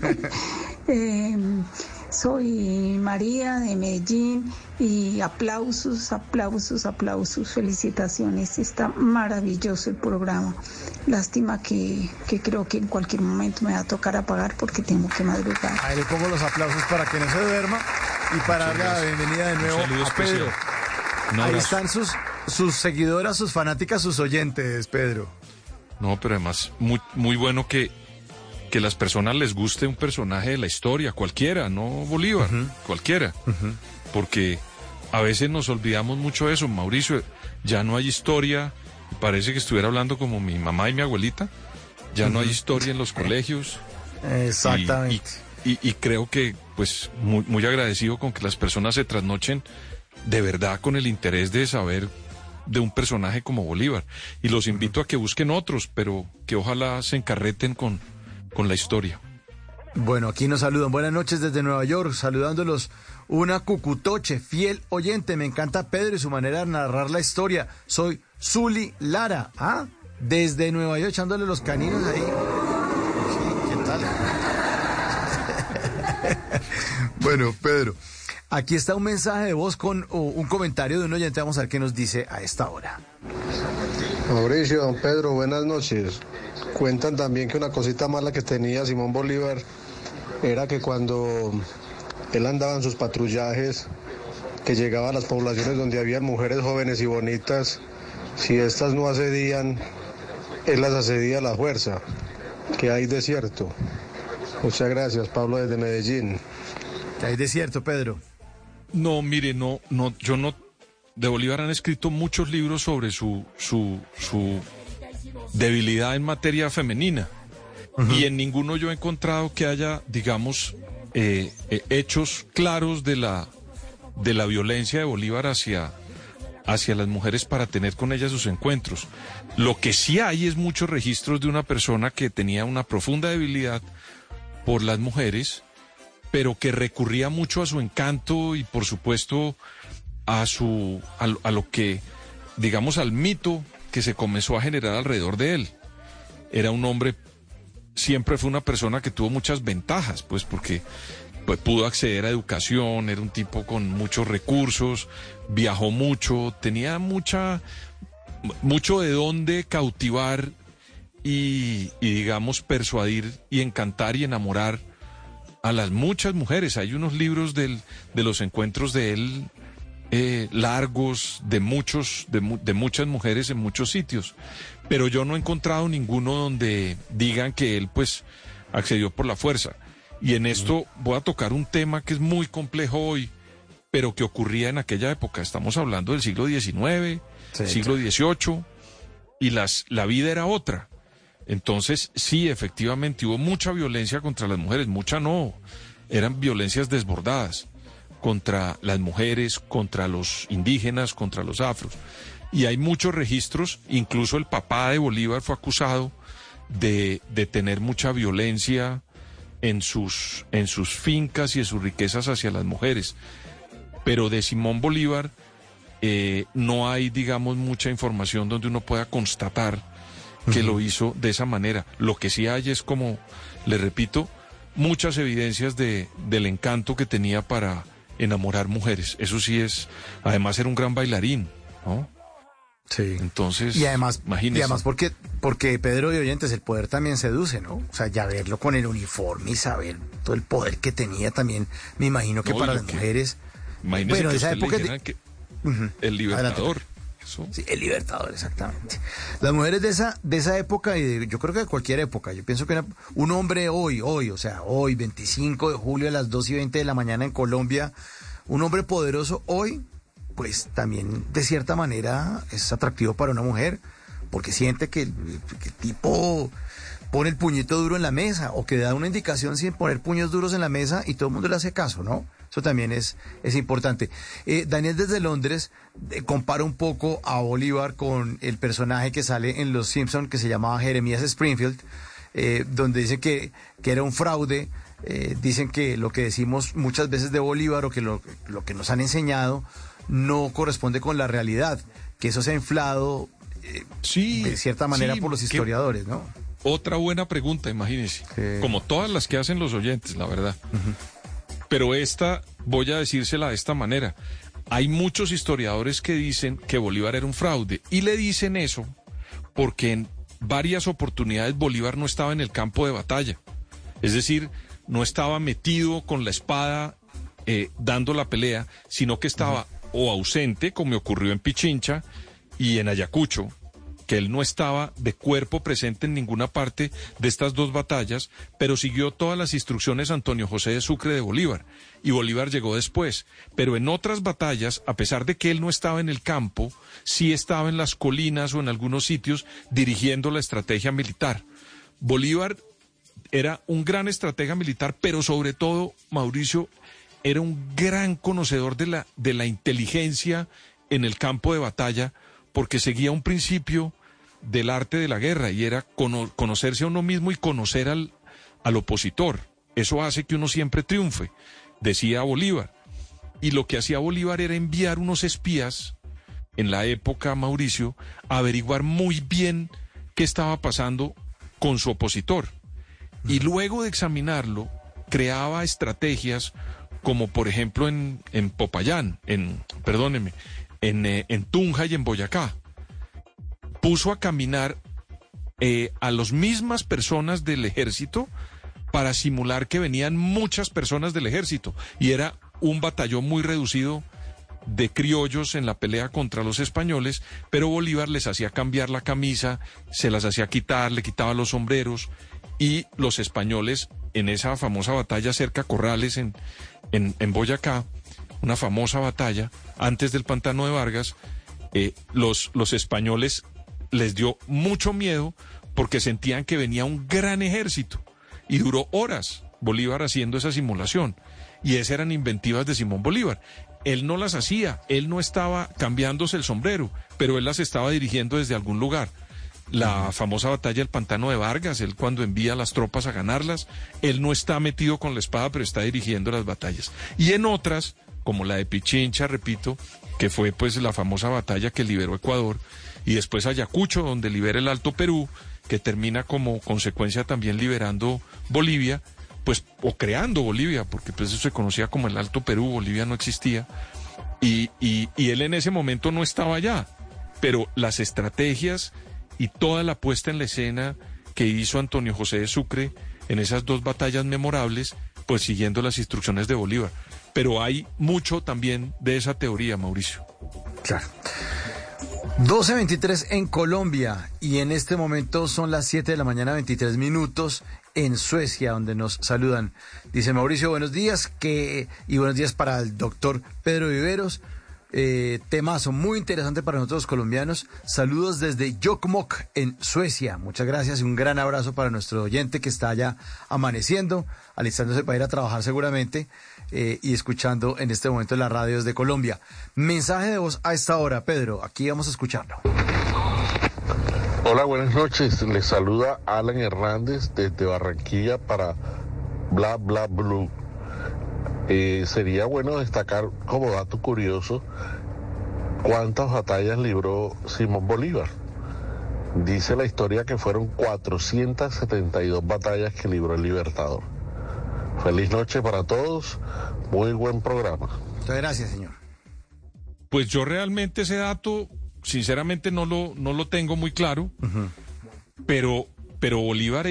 Soy María de Medellín y aplausos. Felicitaciones. Está maravilloso el programa. Lástima que creo que en cualquier momento me va a tocar apagar porque tengo que madrugar.
Ahí le pongo los aplausos para que no se duerma y para darle la bienvenida de nuevo a Pedro. Ahí están sus seguidoras, sus fanáticas, sus oyentes, Pedro.
No, pero además muy bueno que las personas les guste un personaje de la historia, cualquiera, no Bolívar, cualquiera. Porque a veces nos olvidamos mucho de eso, Mauricio. Ya no hay historia, parece que estuviera hablando como mi mamá y mi abuelita. Ya no hay historia en los colegios.
Exactamente.
Y creo que, pues, muy agradecido con que las personas se trasnochen de verdad con el interés de saber de un personaje como Bolívar. Y los invito a que busquen otros, pero que ojalá se encarreten con la historia.
Bueno, aquí nos saludan. Buenas noches desde Nueva York, saludándolos. Una cucutoche, fiel oyente. Me encanta Pedro y su manera de narrar la historia. Soy Zuli Lara, desde Nueva York, echándole los caninos ahí. Sí, ¿qué tal? Bueno, Pedro, aquí está un mensaje de voz con un comentario de un oyente. Vamos a ver qué nos dice a esta hora.
Mauricio, don Pedro, buenas noches. Cuentan también que una cosita mala que tenía Simón Bolívar era que cuando él andaba en sus patrullajes, que llegaba a las poblaciones donde había mujeres jóvenes y bonitas, si estas no accedían, él las accedía a la fuerza, que hay desierto. Muchas gracias, Pablo desde Medellín.
¿Que hay desierto, Pedro?
No, mire, yo no. De Bolívar han escrito muchos libros sobre su debilidad en materia femenina. Y en ninguno yo he encontrado que haya, digamos, hechos claros de la violencia de Bolívar hacia las mujeres para tener con ellas sus encuentros. Lo que sí hay es muchos registros de una persona que tenía una profunda debilidad por las mujeres, pero que recurría mucho a su encanto y, por supuesto, a lo que, digamos, al mito que se comenzó a generar alrededor de él. Era un hombre, siempre fue una persona que tuvo muchas ventajas, pues porque pudo acceder a educación, era un tipo con muchos recursos, viajó mucho, tenía mucho de dónde cautivar y digamos, persuadir y encantar y enamorar a las muchas mujeres. Hay unos libros de los encuentros de él largos, de muchas mujeres en muchos sitios, pero yo no he encontrado ninguno donde digan que él pues accedió por la fuerza. Y en esto voy a tocar un tema que es muy complejo hoy, pero que ocurría en aquella época. Estamos hablando del siglo XIX, siglo XVIII, y la vida era otra. Entonces, sí, efectivamente, hubo mucha violencia contra las mujeres, mucha no, eran violencias desbordadas contra las mujeres, contra los indígenas, contra los afros. Y hay muchos registros, incluso el papá de Bolívar fue acusado de tener mucha violencia en sus fincas y en sus riquezas hacia las mujeres. Pero de Simón Bolívar no hay, digamos, mucha información donde uno pueda constatar que lo hizo de esa manera. Lo que sí hay es, como le repito, muchas evidencias del encanto que tenía para enamorar mujeres. Eso sí es, además era un gran bailarín, ¿no?
Sí.
Entonces,
y además
imagínese.
porque Pedro y oyentes, el poder también seduce, ¿no? O sea, ya verlo con el uniforme y saber todo el poder que tenía también, me imagino que para las mujeres.
Imagínese, bueno, que esa época el Libertador.
Adelante. Sí, el Libertador, exactamente. Las mujeres de esa época, y yo creo que de cualquier época, yo pienso que un hombre hoy, 25 de julio a las 2:20 de la mañana en Colombia, un hombre poderoso hoy, pues también de cierta manera es atractivo para una mujer, porque siente que el tipo pone el puñito duro en la mesa, o que da una indicación sin poner puños duros en la mesa y todo el mundo le hace caso, ¿no? Eso también es importante. Daniel desde Londres compara un poco a Bolívar con el personaje que sale en Los Simpson que se llamaba Jeremías Springfield, donde dice que era un fraude. Dicen que lo que decimos muchas veces de Bolívar o que lo que nos han enseñado no corresponde con la realidad, que eso se ha inflado de cierta manera por los historiadores, ¿no?
Otra buena pregunta, imagínense, como todas las que hacen los oyentes, la verdad. Pero esta, voy a decírsela de esta manera. Hay muchos historiadores que dicen que Bolívar era un fraude, y le dicen eso porque en varias oportunidades Bolívar no estaba en el campo de batalla. Es decir, no estaba metido con la espada dando la pelea, sino que estaba o ausente, como ocurrió en Pichincha y en Ayacucho, que él no estaba de cuerpo presente en ninguna parte de estas dos batallas, pero siguió todas las instrucciones Antonio José de Sucre de Bolívar, y Bolívar llegó después. Pero en otras batallas, a pesar de que él no estaba en el campo, sí estaba en las colinas o en algunos sitios dirigiendo la estrategia militar. Bolívar era un gran estratega militar, pero sobre todo, Mauricio, era un gran conocedor de la inteligencia en el campo de batalla, porque seguía un principio del arte de la guerra, y era conocerse a uno mismo y conocer al opositor. Eso hace que uno siempre triunfe, decía Bolívar. Y lo que hacía Bolívar era enviar unos espías, en la época, Mauricio, a averiguar muy bien qué estaba pasando con su opositor. Y luego de examinarlo, creaba estrategias como, por ejemplo, en Popayán, en Tunja y en Boyacá. Puso a caminar a las mismas personas del ejército para simular que venían muchas personas del ejército. Y era un batallón muy reducido de criollos en la pelea contra los españoles, pero Bolívar les hacía cambiar la camisa, se las hacía quitar, le quitaba los sombreros, y los españoles, en esa famosa batalla cerca a Corrales en Boyacá, una famosa batalla antes del Pantano de Vargas, los españoles les dio mucho miedo porque sentían que venía un gran ejército, y duró horas Bolívar haciendo esa simulación, y esas eran inventivas de Simón Bolívar. Él no las hacía, él no estaba cambiándose el sombrero, pero él las estaba dirigiendo desde algún lugar. La famosa batalla del Pantano de Vargas, él cuando envía a las tropas a ganarlas, él no está metido con la espada, pero está dirigiendo las batallas. Y en otras, como la de Pichincha, repito, que fue pues la famosa batalla que liberó Ecuador, y después Ayacucho, donde libera el Alto Perú, que termina como consecuencia también liberando Bolivia, pues, o creando Bolivia, porque pues eso se conocía como el Alto Perú, Bolivia no existía, y él en ese momento no estaba allá, pero las estrategias y toda la puesta en la escena que hizo Antonio José de Sucre en esas dos batallas memorables, pues siguiendo las instrucciones de Bolívar. Pero hay mucho también de esa teoría, Mauricio.
Claro. 12:23 en Colombia, y en este momento son las 7 de la mañana, 23 minutos en Suecia, donde nos saludan. Dice Mauricio, buenos días, y buenos días para el doctor Pedro Viveros. Temazo muy interesante para nosotros los colombianos. Saludos desde Jokkmokk en Suecia. Muchas gracias y un gran abrazo para nuestro oyente que está allá amaneciendo, alistándose para ir a trabajar seguramente, y escuchando en este momento las radios de Colombia. Mensaje de voz a esta hora, Pedro, aquí vamos a escucharlo.
Hola, buenas noches. Les saluda Alan Hernández desde Barranquilla para Bla Bla Blue. Sería bueno destacar como dato curioso cuántas batallas libró Simón Bolívar. Dice la historia que fueron 472 batallas que libró el Libertador. Feliz noche para todos, muy buen programa.
Muchas gracias, señor.
Pues yo realmente ese dato, sinceramente no lo tengo muy claro, pero Bolívar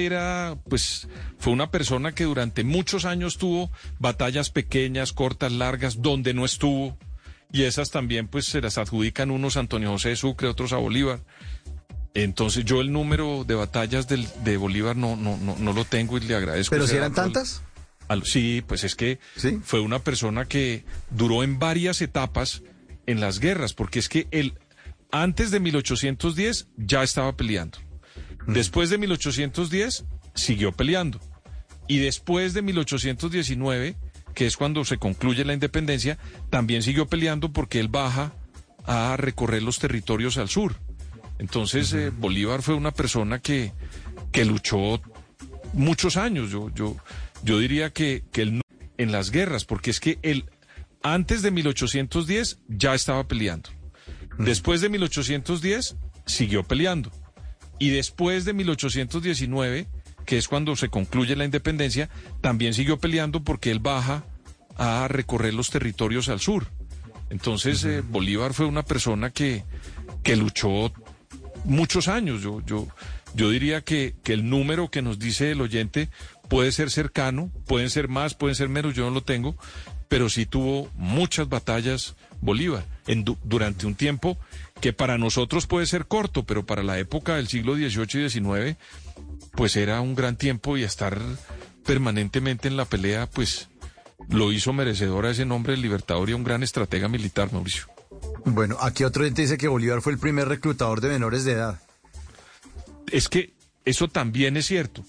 fue una persona que durante muchos años tuvo batallas pequeñas, cortas, largas, donde no estuvo, y esas también pues se las adjudican unos a Antonio José de Sucre, otros a Bolívar. Entonces yo el número de batallas de Bolívar no lo tengo, y le agradezco.
¿Pero si eran tantas?
Sí, pues es que
¿sí?
Fue una persona que duró en varias etapas en las guerras, porque es que él antes de 1810 ya estaba peleando. Después de 1810 siguió peleando, y después de 1819 que es cuando se concluye la independencia, también siguió peleando porque él baja a recorrer los territorios al sur. Entonces, Bolívar fue una persona que luchó muchos años. Yo diría que él en las guerras, porque es que él antes de 1810 ya estaba peleando. Después de 1810 siguió peleando. Y después de 1819, que es cuando se concluye la independencia, también siguió peleando porque él baja a recorrer los territorios al sur. Entonces, Bolívar fue una persona que luchó muchos años. Yo diría que el número que nos dice el oyente puede ser cercano, pueden ser más, pueden ser menos, yo no lo tengo, pero sí tuvo muchas batallas Bolívar durante un tiempo que para nosotros puede ser corto, pero para la época del siglo XVIII y XIX, pues era un gran tiempo, y estar permanentemente en la pelea, pues lo hizo merecedor a ese nombre de libertador y a un gran estratega militar, Mauricio.
Bueno, aquí otro gente dice que Bolívar fue el primer reclutador de menores de edad.
Es que eso también es cierto,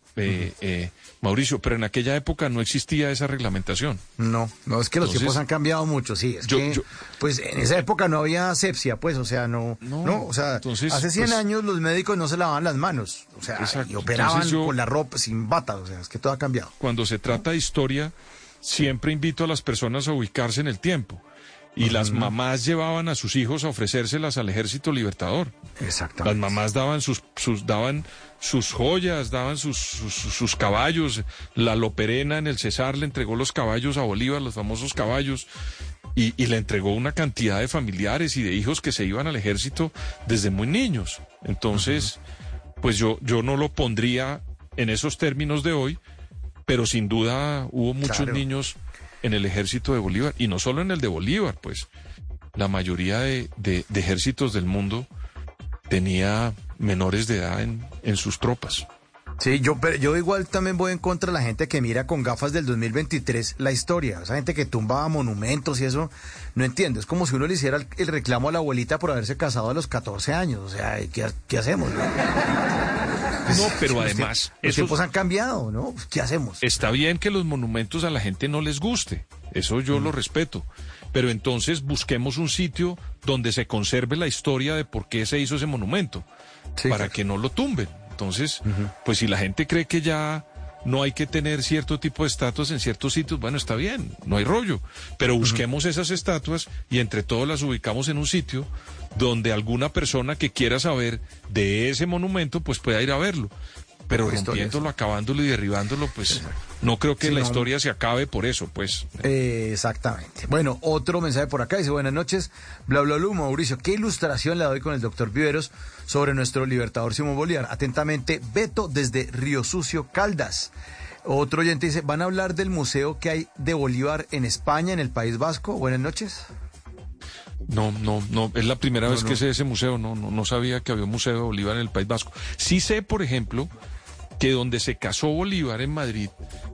Mauricio, pero en aquella época no existía esa reglamentación.
No, es que los tiempos han cambiado mucho, sí. Pues en esa época no había asepsia, pues, o sea, entonces, hace 100 años los médicos no se lavaban las manos, o sea, y operaban con la ropa, sin bata, o sea, es que todo ha cambiado.
Cuando se trata de historia, siempre invito a las personas a ubicarse en el tiempo. Y las mamás llevaban a sus hijos a ofrecérselas al Ejército Libertador.
Exactamente.
Las mamás daban daban sus joyas, daban sus caballos. La Loperena en el Cesar le entregó los caballos a Bolívar, los famosos caballos, y le entregó una cantidad de familiares y de hijos que se iban al ejército desde muy niños. Entonces, pues yo no lo pondría en esos términos de hoy, pero sin duda hubo muchos niños en el ejército de Bolívar, y no solo en el de Bolívar, pues la mayoría de ejércitos del mundo tenía menores de edad en sus tropas.
Sí, yo igual también voy en contra de la gente que mira con gafas del 2023 la historia. Esa gente que tumba monumentos y eso, no entiendo. Es como si uno le hiciera el reclamo a la abuelita por haberse casado a los 14 años. O sea, ¿qué hacemos?
No, pero además
los tiempos han cambiado, ¿no? ¿Qué hacemos?
Está bien que los monumentos a la gente no les guste, eso yo lo respeto, pero entonces busquemos un sitio donde se conserve la historia de por qué se hizo ese monumento, para que no lo tumben. Entonces, pues si la gente cree que ya no hay que tener cierto tipo de estatuas en ciertos sitios, bueno, está bien, no hay rollo, pero busquemos esas estatuas y entre todos las ubicamos en un sitio donde alguna persona que quiera saber de ese monumento, pues pueda ir a verlo. Pero rompiéndolo, acabándolo y derribándolo, pues no creo que la historia se acabe por eso, pues.
Exactamente. Bueno, otro mensaje por acá dice: buenas noches, bla bla bla, Mauricio, ¿qué ilustración le doy con el doctor Viveros sobre nuestro libertador Simón Bolívar? Atentamente, Beto desde Río Sucio, Caldas. Otro oyente dice: ¿van a hablar del museo que hay de Bolívar en España, en el País Vasco? Buenas noches.
No, es la primera vez que sé ese museo, no sabía que había un museo de Bolívar en el País Vasco. Sí sé, por ejemplo, que donde se casó Bolívar en Madrid,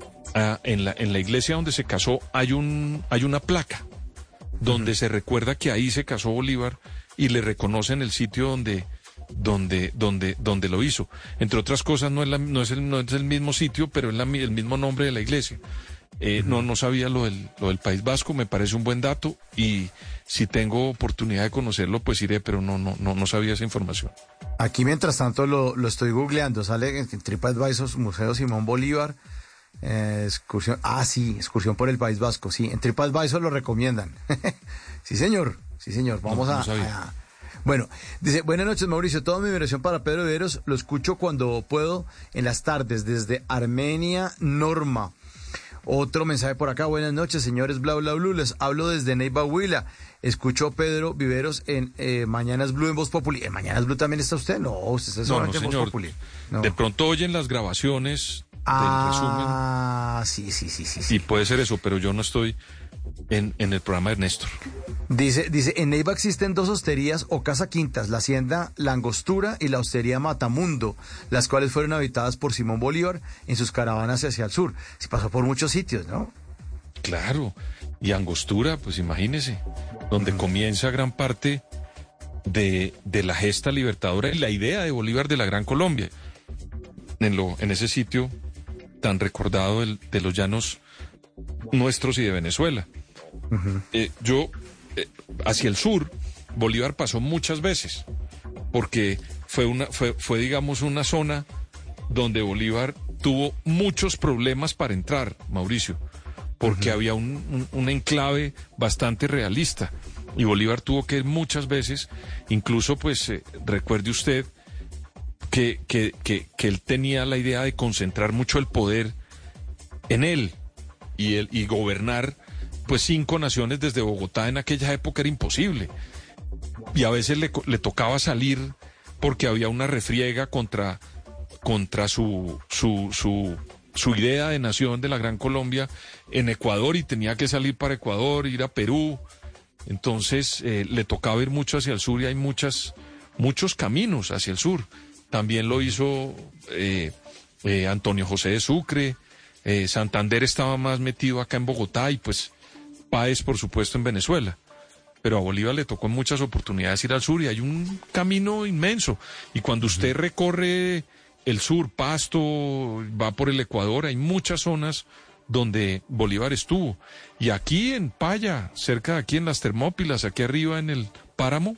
en la iglesia donde se casó hay una placa donde se recuerda que ahí se casó Bolívar y le reconocen el sitio donde lo hizo. Entre otras cosas, no es el mismo sitio, pero es el mismo nombre de la iglesia. No sabía lo del País Vasco, me parece un buen dato, y si tengo oportunidad de conocerlo, pues iré, pero no sabía esa información.
Aquí, mientras tanto, lo estoy googleando. Sale en TripAdvisor, Museo Simón Bolívar, excursión. Excursión por el País Vasco. Sí, en TripAdvisor lo recomiendan. Sí, señor. Vamos a... Bueno, dice: buenas noches, Mauricio, toda mi admiración para Pedro Viveros, lo escucho cuando puedo en las tardes, desde Armenia, Norma. Otro mensaje por acá: buenas noches, señores Bla Bla Blue, les hablo desde Neiva, Huila. Escucho Pedro Viveros en Mañanas Blue en Voz Populi. ¿En Mañanas Blue también está usted? No, usted está solamente en Voz Populi. No.
De pronto oyen las grabaciones del resumen.
Sí.
Y puede ser eso, pero yo no estoy en el programa de Néstor.
Dice, en Neiva existen dos hosterías o casa quintas, la hacienda La Angostura y la hostería Matamundo, las cuales fueron habitadas por Simón Bolívar en sus caravanas hacia el sur. Se pasó por muchos sitios, ¿no?
Claro, y Angostura, pues imagínese, donde comienza gran parte de la gesta libertadora y la idea de Bolívar de la Gran Colombia, en ese sitio tan recordado de los llanos nuestros y de Venezuela. Hacia el sur, Bolívar pasó muchas veces, porque fue digamos, una zona donde Bolívar tuvo muchos problemas para entrar, Mauricio, porque había un enclave bastante realista, y Bolívar tuvo que ir muchas veces, incluso pues recuerde usted que él tenía la idea de concentrar mucho el poder en él, y gobernar pues 5 naciones desde Bogotá en aquella época era imposible, y a veces le tocaba salir porque había una refriega contra su idea de nación de la Gran Colombia en Ecuador, y tenía que salir para Ecuador, ir a Perú. Entonces le tocaba ir mucho hacia el sur, y hay muchos caminos hacia el sur. También lo hizo Antonio José de Sucre. Santander estaba más metido acá en Bogotá, y pues Páez, por supuesto, en Venezuela. Pero a Bolívar le tocó en muchas oportunidades ir al sur, y hay un camino inmenso. Y cuando usted recorre el sur, Pasto, va por el Ecuador, hay muchas zonas donde Bolívar estuvo. Y aquí en Paya, cerca de aquí en las Termópilas, aquí arriba en el Páramo,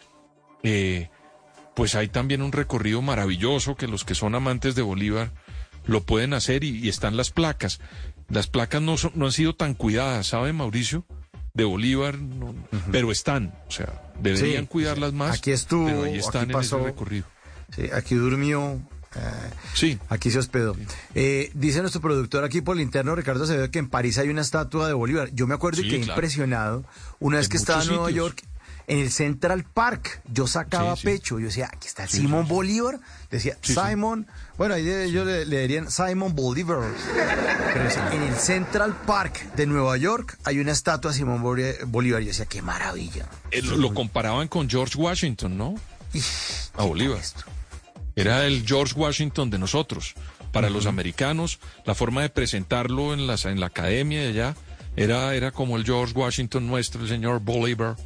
pues hay también un recorrido maravilloso que los que son amantes de Bolívar lo pueden hacer, y están las placas. Las placas no han sido tan cuidadas, ¿sabe, Mauricio? De Bolívar, pero están, o sea, deberían cuidarlas más.
Aquí estuvo,
pero ahí están,
aquí pasó,
en ese recorrido.
Sí, aquí durmió.
Sí.
Aquí se hospedó. Dice nuestro productor aquí por el interno, Ricardo Acevedo, que en París hay una estatua de Bolívar. Yo me acuerdo y quedé impresionado una vez que estaba en Nueva York, en el Central Park. Yo sacaba pecho. Yo decía, aquí está el Simón Bolívar. Decía, Simon. Bueno, ahí ellos le dirían Simon Bolívar. Pero en el Central Park de Nueva York hay una estatua de Simón Bolívar. Yo decía, qué maravilla.
Lo comparaban con George Washington, ¿no? A Bolívar. Era el George Washington de nosotros. Para los americanos, la forma de presentarlo en la academia de allá era como el George Washington nuestro, el señor Bolívar.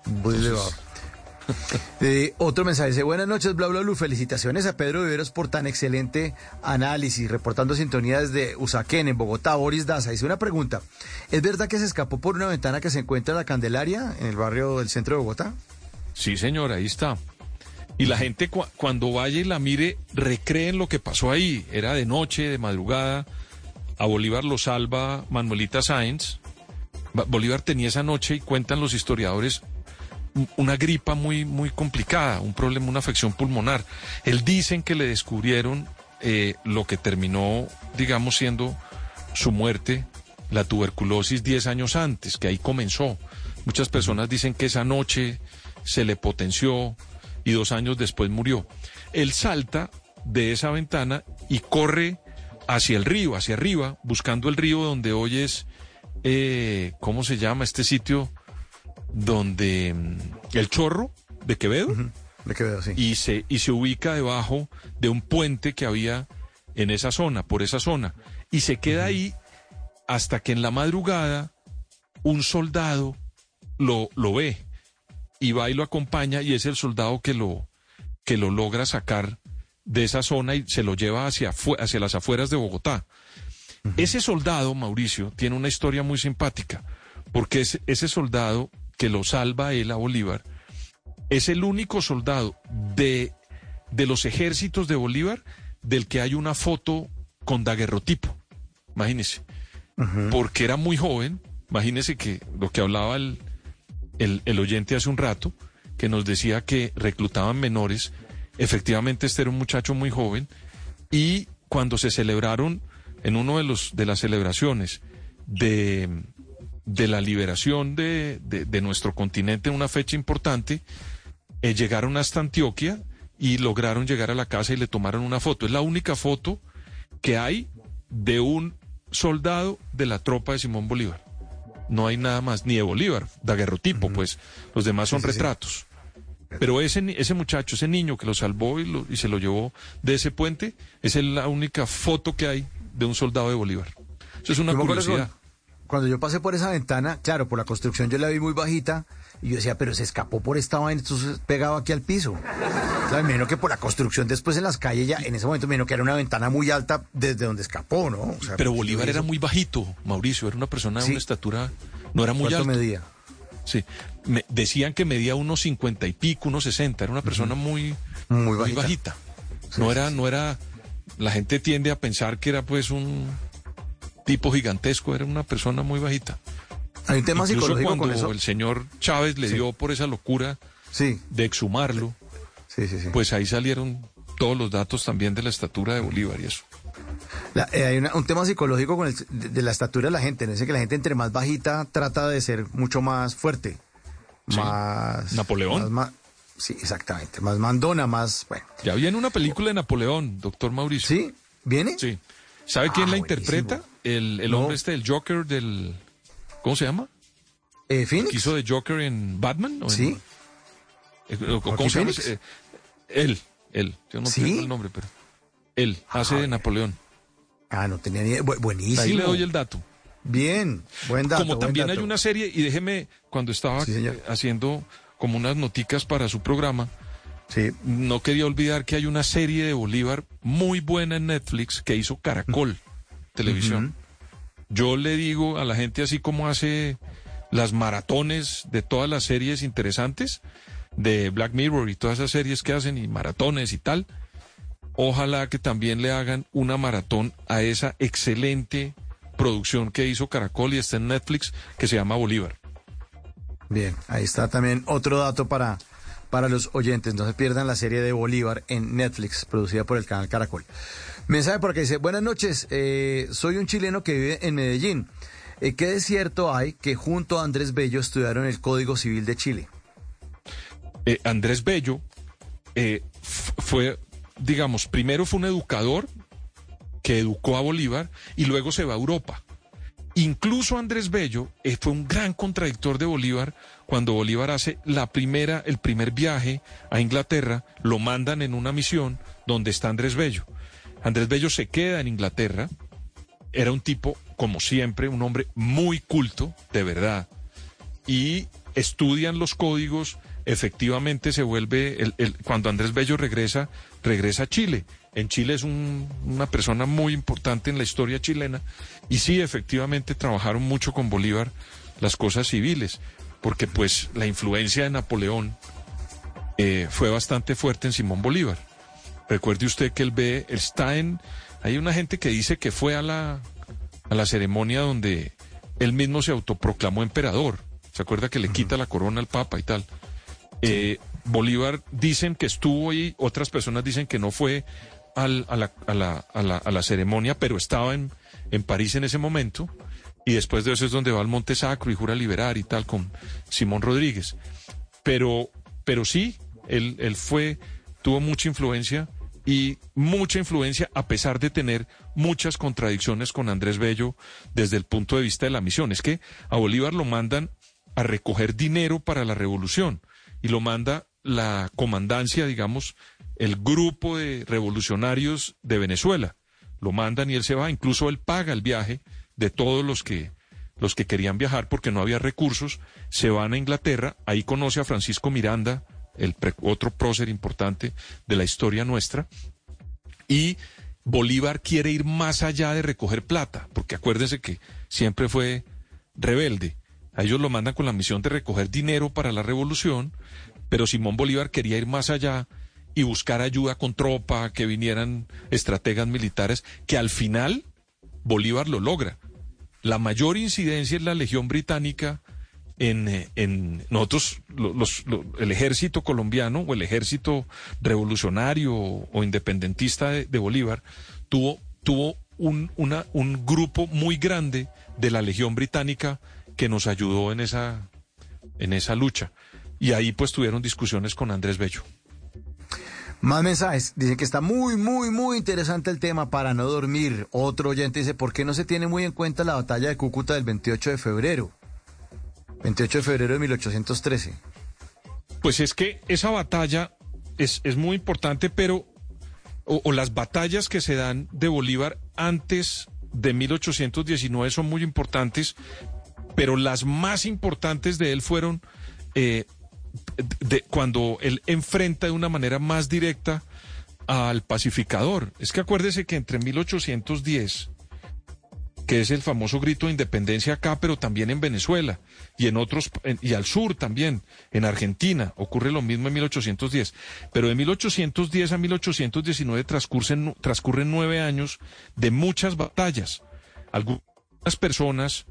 Otro mensaje dice, buenas noches, bla, bla, bla, felicitaciones a Pedro Viveros por tan excelente análisis, reportando sintonía desde Usaquén, en Bogotá. Boris Daza dice, una pregunta, ¿es verdad que se escapó por una ventana que se encuentra en la Candelaria, en el barrio del centro de Bogotá?
Sí, señor, ahí está. Y la gente cuando vaya y la mire, recreen lo que pasó ahí. Era de noche, de madrugada. A Bolívar lo salva Manuelita Sáenz. Bolívar tenía esa noche, y cuentan los historiadores, una gripa muy, muy complicada, un problema, una afección pulmonar. Él dicen que le descubrieron lo que terminó, digamos, siendo su muerte, la tuberculosis 10 años antes, que ahí comenzó. Muchas personas dicen que esa noche se le potenció y 2 años después murió. Él salta de esa ventana y corre hacia el río, hacia arriba, buscando el río donde hoy es, ¿cómo se llama este sitio? Donde el Chorro de Quevedo.
De Quevedo, sí.
Y se ubica debajo de un puente que había en esa zona, por esa zona. Y se queda ahí hasta que en la madrugada un soldado lo ve. Y va y lo acompaña, y es el soldado que lo logra sacar de esa zona y se lo lleva hacia las afueras de Bogotá. Ese soldado, Mauricio, tiene una historia muy simpática, porque ese soldado que lo salva a él, a Bolívar, es el único soldado de los ejércitos de Bolívar del que hay una foto con daguerrotipo. Imagínese. Porque era muy joven. Imagínese que lo que hablaba el oyente hace un rato, que nos decía que reclutaban menores. Efectivamente, este era un muchacho muy joven, y cuando se celebraron en uno de las celebraciones de la liberación de nuestro continente, una fecha importante, llegaron hasta Antioquia y lograron llegar a la casa y le tomaron una foto. Es la única foto que hay de un soldado de la tropa de Simón Bolívar. No hay nada más, ni de Bolívar, daguerrotipo, pues los demás son retratos. Pero ese muchacho, ese niño que lo salvó y se lo llevó de ese puente, esa es la única foto que hay de un soldado de Bolívar. Eso es una curiosidad.
Cuando yo pasé por esa ventana, claro, por la construcción yo la vi muy bajita, Y yo decía, pero se escapó por esta vaina, entonces pegado aquí al piso. Claro, me imagino que por la construcción después en las calles, ya en ese momento me imagino que era una ventana muy alta desde donde escapó, ¿no? O sea,
pero Bolívar era muy bajito, Mauricio, era una persona de una estatura, no era muy alto.
¿Cuánto medía?
Sí, decían que medía unos 50 y pico, unos 60, era una persona muy bajita. Sí, no era, la gente tiende a pensar que era pues un tipo gigantesco, era una persona muy bajita.
Hay un tema
incluso
psicológico
cuando
con eso.
el señor Chávez le dio por esa locura de exhumarlo, pues ahí salieron todos los datos también de la estatura de Bolívar y eso.
Hay un tema psicológico con de la estatura de la gente, ¿no? Es que la gente entre más bajita trata de ser mucho más fuerte, más...
¿Napoleón?
Sí, exactamente, más mandona, más... Bueno.
Ya viene una película de Napoleón, doctor Mauricio.
¿Sí? ¿Viene?
Sí. ¿Sabe quién la
buenísimo.
interpreta? El hombre el Joker del... ¿Cómo se llama?
¿Phoenix?
¿Que hizo de Joker en Batman?
Sí.
¿Cómo se llama? Él. Yo no tengo el nombre, pero... Él hace de Napoleón.
No tenía ni idea. Buenísimo.
Ahí le doy el dato.
Bien, buen dato.
Como también hay una serie, y déjeme, cuando estaba haciendo como unas noticas para su programa, no quería olvidar que hay una serie de Bolívar muy buena en Netflix que hizo Caracol Televisión. Yo le digo a la gente, así como hace las maratones de todas las series interesantes, de Black Mirror y todas esas series que hacen, y maratones y tal, ojalá que también le hagan una maratón a esa excelente producción que hizo Caracol y está en Netflix, que se llama Bolívar.
Bien, ahí está también otro dato para los oyentes. No se pierdan la serie de Bolívar en Netflix, producida por el canal Caracol. Mensaje por acá dice: buenas noches, soy un chileno que vive en Medellín. ¿Qué de cierto hay que junto a Andrés Bello estudiaron el Código Civil de Chile?
Andrés Bello fue, digamos, primero fue un educador que educó a Bolívar y luego se va a Europa. Incluso Andrés Bello fue un gran contradictor de Bolívar. Cuando Bolívar hace el primer viaje a Inglaterra, lo mandan en una misión donde está Andrés Bello. Andrés Bello se queda en Inglaterra, era un tipo, como siempre, un hombre muy culto, de verdad, y estudian los códigos. Efectivamente se vuelve, cuando Andrés Bello regresa a Chile. En Chile es una persona muy importante en la historia chilena, y sí, efectivamente trabajaron mucho con Bolívar las cosas civiles, porque pues la influencia de Napoleón fue bastante fuerte en Simón Bolívar. Recuerde usted que hay una gente que dice que fue a la ceremonia donde él mismo se autoproclamó emperador. ¿Se acuerda que le quita la corona al Papa y tal? Bolívar dicen que estuvo ahí, otras personas dicen que no fue a la ceremonia, pero estaba en París en ese momento, y después de eso es donde va al Monte Sacro y jura liberar y tal con Simón Rodríguez. Pero sí, él tuvo mucha influencia a pesar de tener muchas contradicciones con Andrés Bello desde el punto de vista de la misión. Es que a Bolívar lo mandan a recoger dinero para la revolución, y lo manda la comandancia, digamos, el grupo de revolucionarios de Venezuela. Lo mandan y él se va, incluso él paga el viaje de todos los que querían viajar porque no había recursos. Se van a Inglaterra, ahí conoce a Francisco Miranda, otro prócer importante de la historia nuestra, y Bolívar quiere ir más allá de recoger plata, porque acuérdense que siempre fue rebelde. A ellos lo mandan con la misión de recoger dinero para la revolución, pero Simón Bolívar quería ir más allá y buscar ayuda con tropa, que vinieran estrategas militares, que al final Bolívar lo logra. La mayor incidencia es la Legión Británica en nosotros, el ejército colombiano o el ejército revolucionario o independentista de Bolívar tuvo un grupo muy grande de la Legión Británica que nos ayudó en esa lucha. Y ahí pues tuvieron discusiones con Andrés Bello.
Más mensajes. Dicen que está muy, muy, muy interesante el tema para no dormir. Otro oyente dice: ¿por qué no se tiene muy en cuenta la batalla de Cúcuta del 28 de febrero? 28 de febrero de 1813.
Pues es que esa batalla es muy importante, pero o las batallas que se dan de Bolívar antes de 1819 son muy importantes, pero las más importantes de él fueron cuando él enfrenta de una manera más directa al pacificador. Es que acuérdese que entre 1810, que es el famoso grito de independencia acá, pero también en Venezuela y en otros, y al sur también, en Argentina, ocurre lo mismo en 1810. Pero de 1810 a 1819 transcurren 9 años de muchas batallas. Algunas personas,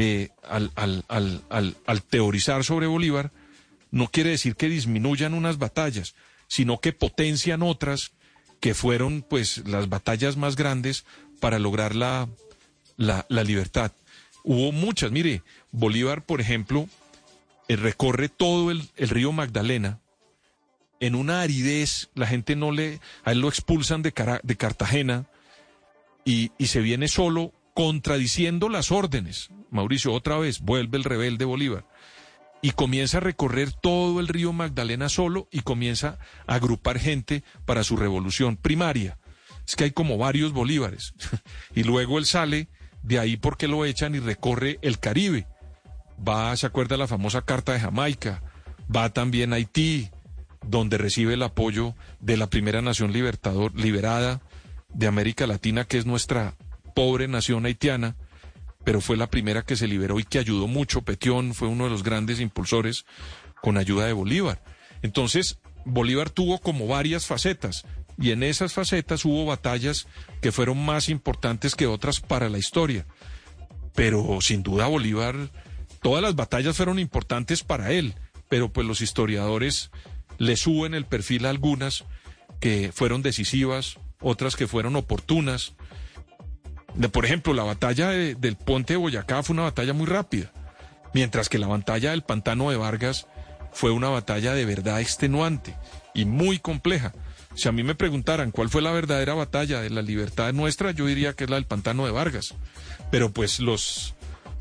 al teorizar sobre Bolívar, no quiere decir que disminuyan unas batallas, sino que potencian otras que fueron pues las batallas más grandes para lograr la libertad. Hubo muchas, mire, Bolívar, por ejemplo, recorre todo el río Magdalena en una aridez, a él lo expulsan de Cartagena y se viene solo contradiciendo las órdenes. Mauricio, otra vez, vuelve el rebelde Bolívar. Y comienza a recorrer todo el río Magdalena solo y comienza a agrupar gente para su revolución primaria. Es que hay como varios Bolívares. Y luego él sale de ahí porque lo echan y recorre el Caribe. Se acuerda la famosa Carta de Jamaica, va también a Haití, donde recibe el apoyo de la primera nación liberada de América Latina, que es nuestra pobre nación haitiana, pero fue la primera que se liberó y que ayudó mucho. Petión fue uno de los grandes impulsores con ayuda de Bolívar. Entonces, Bolívar tuvo como varias facetas, y en esas facetas hubo batallas que fueron más importantes que otras para la historia. Pero sin duda Bolívar, todas las batallas fueron importantes para él, pero pues los historiadores le suben el perfil a algunas que fueron decisivas, otras que fueron oportunas. Por ejemplo, la batalla del Puente de Boyacá fue una batalla muy rápida, mientras que la batalla del Pantano de Vargas fue una batalla de verdad extenuante y muy compleja. Si a mí me preguntaran cuál fue la verdadera batalla de la libertad nuestra, yo diría que es la del Pantano de Vargas. Pero pues los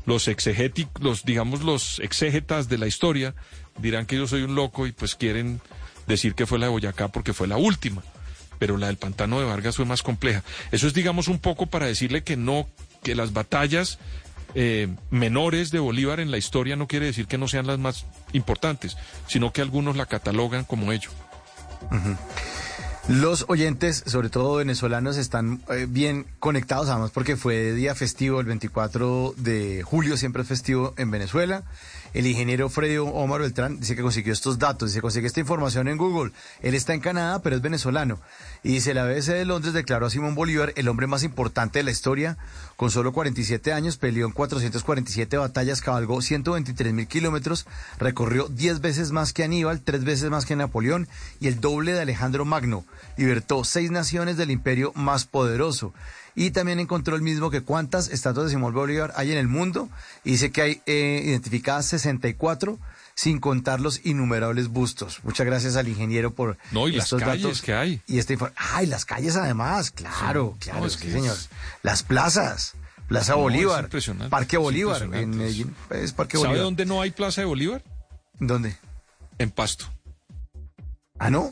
exégetas de la historia dirán que yo soy un loco y pues quieren decir que fue la de Boyacá porque fue la última. Pero la del Pantano de Vargas fue más compleja. Eso es, digamos, un poco para decirle que las batallas menores de Bolívar en la historia no quiere decir que no sean las más importantes, sino que algunos la catalogan como ello.
Uh-huh. Los oyentes, sobre todo venezolanos, están bien conectados, además porque fue día festivo, el 24 de julio siempre es festivo en Venezuela. El ingeniero Freddy Omar Beltrán dice que consiguió estos datos, dice, consigue esta información en Google. Él está en Canadá, pero es venezolano. Y dice, la BBC de Londres declaró a Simón Bolívar el hombre más importante de la historia. Con solo 47 años, peleó en 447 batallas, cabalgó 123.000 kilómetros, recorrió 10 veces más que Aníbal, 3 veces más que Napoleón y el doble de Alejandro Magno. Libertó 6 naciones del imperio más poderoso. Y también encontró el mismo que cuántas estatuas de Simón Bolívar hay en el mundo. Y dice que hay identificadas 64, sin contar los innumerables bustos. Muchas gracias al ingeniero por estos datos.
Las calles que hay.
Y las calles además, claro, sí, claro, sí, señor. Las plazas, Plaza Bolívar, Parque Bolívar, en Medellín, es Parque Bolívar.
¿Sabe dónde no hay Plaza de Bolívar?
¿Dónde?
En Pasto.
¿Ah, no?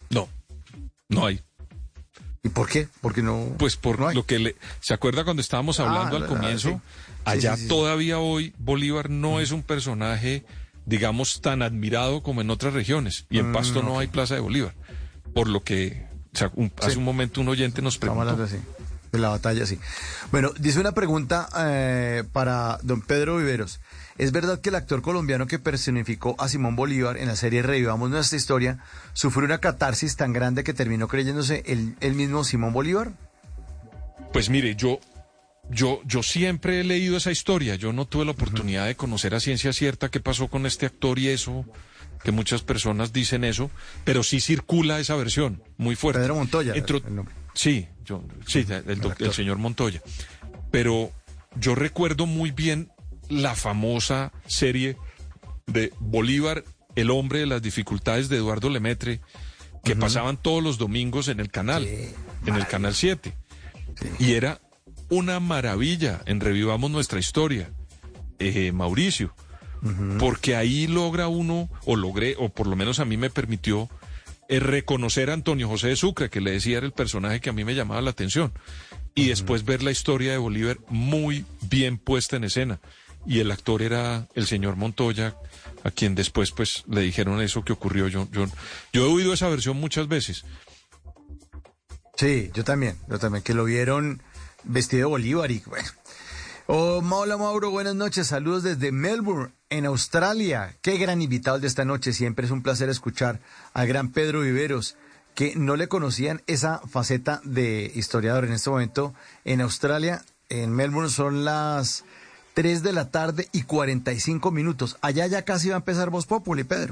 No hay.
¿Y por qué? Porque no.
Pues por
no
lo que ¿se acuerda cuando estábamos hablando al comienzo? Sí. Allá sí. Todavía hoy Bolívar no es un personaje, digamos, tan admirado como en otras regiones. Y en Pasto no hay Plaza de Bolívar. Por lo que hace un momento un oyente nos preguntó.
Estamos hablando así, de la batalla, sí. Bueno, dice una pregunta para don Pedro Viveros. ¿Es verdad que el actor colombiano que personificó a Simón Bolívar en la serie Revivamos Nuestra Historia sufrió una catarsis tan grande que terminó creyéndose el mismo Simón Bolívar?
Pues mire, yo siempre he leído esa historia. Yo no tuve la oportunidad de conocer a ciencia cierta qué pasó con este actor y eso, que muchas personas dicen eso, pero sí circula esa versión muy fuerte.
Pedro Montoya.
el nombre. Sí, el señor Montoya. Pero yo recuerdo muy bien la famosa serie de Bolívar, el hombre de las dificultades de Eduardo Lemaitre, que pasaban todos los domingos en el canal, en el canal 7. Sí. Y era una maravilla en Revivamos Nuestra Historia, Mauricio, porque ahí logra uno, o por lo menos a mí me permitió reconocer a Antonio José de Sucre, que le decía era el personaje que a mí me llamaba la atención, y después ver la historia de Bolívar muy bien puesta en escena. Y el actor era el señor Montoya, a quien después pues le dijeron eso que ocurrió. Yo he oído esa versión muchas veces.
Sí, yo también, que lo vieron vestido de Bolívar y bueno. Hola Mauro, buenas noches, saludos desde Melbourne, en Australia. Qué gran invitado el de esta noche, siempre es un placer escuchar al gran Pedro Viveros, que no le conocían esa faceta de historiador. En este momento en Australia, en Melbourne, son las 3 de la tarde y 45 minutos. Allá ya casi va a empezar Voz Populi, Pedro.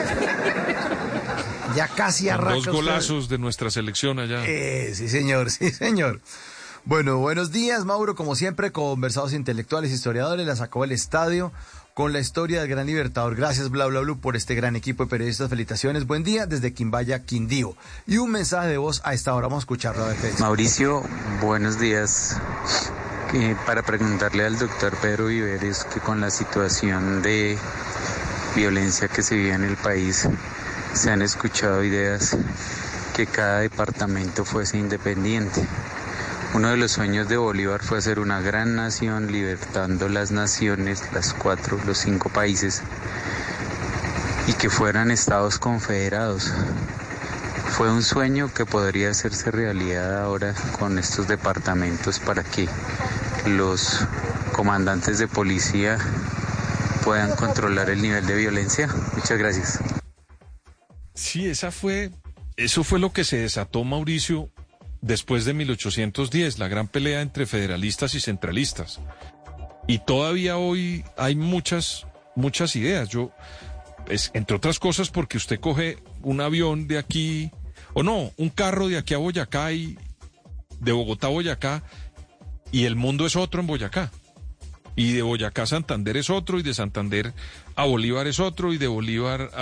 Ya casi arranca.
Dos golazos de nuestra selección allá.
Sí, señor, sí, señor. Bueno, buenos días, Mauro. Como siempre, conversados intelectuales, historiadores, la sacó del estadio con la historia del gran libertador. Gracias, Bla Bla Blue, por este gran equipo de periodistas. Felicitaciones. Buen día desde Quimbaya, Quindío. Y un mensaje de voz a esta hora. Vamos a escucharlo. A ver qué dice.
Mauricio, buenos días. Para preguntarle al doctor Pedro Viveros que con la situación de violencia que se vive en el país, se han escuchado ideas que cada departamento fuese independiente. Uno de los sueños de Bolívar fue hacer una gran nación, libertando las naciones, los 5 países, y que fueran estados confederados. Fue un sueño que podría hacerse realidad ahora con estos departamentos para que los comandantes de policía puedan controlar el nivel de violencia. Muchas gracias.
Sí, eso fue lo que se desató, Mauricio, después de 1810, la gran pelea entre federalistas y centralistas. Y todavía hoy hay muchas ideas. Entre otras cosas, porque usted coge un avión de aquí, un carro de aquí a Boyacá y de Bogotá a Boyacá, y el mundo es otro en Boyacá. Y de Boyacá a Santander es otro, y de Santander a Bolívar es otro, y de Bolívar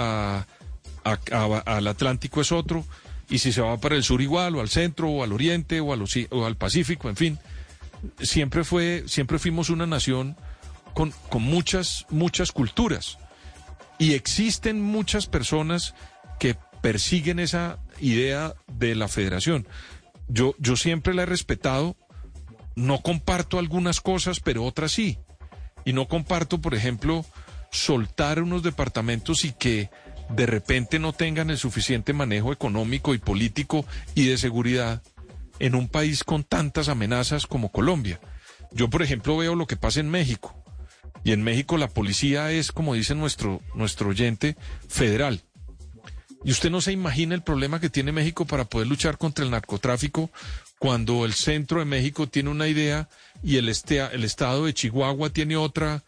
al Atlántico es otro. Y si se va para el sur igual, o al centro, o al oriente, o al Pacífico, en fin. Siempre fuimos una nación con muchas culturas. Y existen muchas personas que persiguen esa idea de la federación. Yo siempre la he respetado. No comparto algunas cosas, pero otras sí. Y no comparto, por ejemplo, soltar unos departamentos y que de repente no tengan el suficiente manejo económico y político y de seguridad en un país con tantas amenazas como Colombia. Yo, por ejemplo, veo lo que pasa en México. Y en México la policía es, como dice nuestro oyente, federal. Y usted no se imagina el problema que tiene México para poder luchar contra el narcotráfico cuando el centro de México tiene una idea y el estado de Chihuahua tiene otra,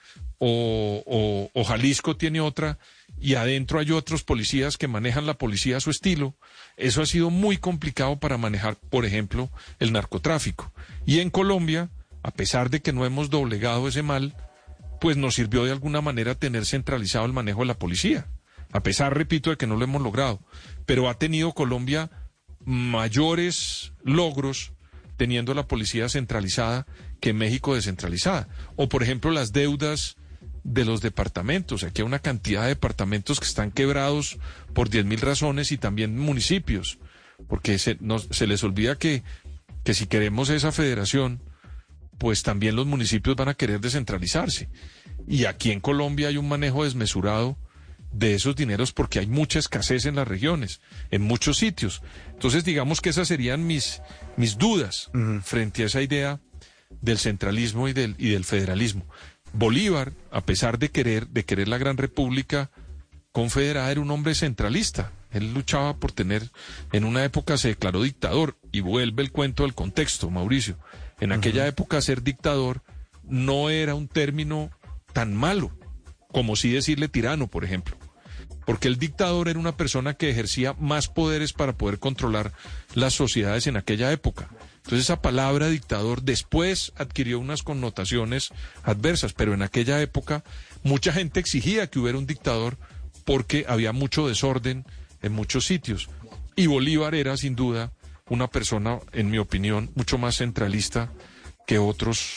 o Jalisco tiene otra, y adentro hay otros policías que manejan la policía a su estilo. Eso ha sido muy complicado para manejar, por ejemplo, el narcotráfico. Y en Colombia, a pesar de que no hemos doblegado ese mal, pues nos sirvió de alguna manera tener centralizado el manejo de la policía. A pesar, repito, de que no lo hemos logrado. Pero ha tenido Colombia mayores logros teniendo la policía centralizada que México descentralizada. O, por ejemplo, las deudas de los departamentos. Aquí hay una cantidad de departamentos que están quebrados por 10.000 razones, y también municipios, porque se les olvida que si queremos esa federación, pues también los municipios van a querer descentralizarse. Y aquí en Colombia hay un manejo desmesurado de esos dineros porque hay mucha escasez en las regiones, en muchos sitios. Entonces, digamos que esas serían mis dudas frente a esa idea del centralismo y del federalismo. Bolívar, a pesar de querer la gran república confederada, era un hombre centralista. Él luchaba por tener, en una época se declaró dictador, y vuelve el cuento del contexto, Mauricio. En aquella época ser dictador no era un término tan malo como sí decirle tirano, por ejemplo. Porque el dictador era una persona que ejercía más poderes para poder controlar las sociedades en aquella época. Entonces esa palabra dictador después adquirió unas connotaciones adversas, pero en aquella época mucha gente exigía que hubiera un dictador porque había mucho desorden en muchos sitios. Y Bolívar era sin duda una persona, en mi opinión, mucho más centralista que otros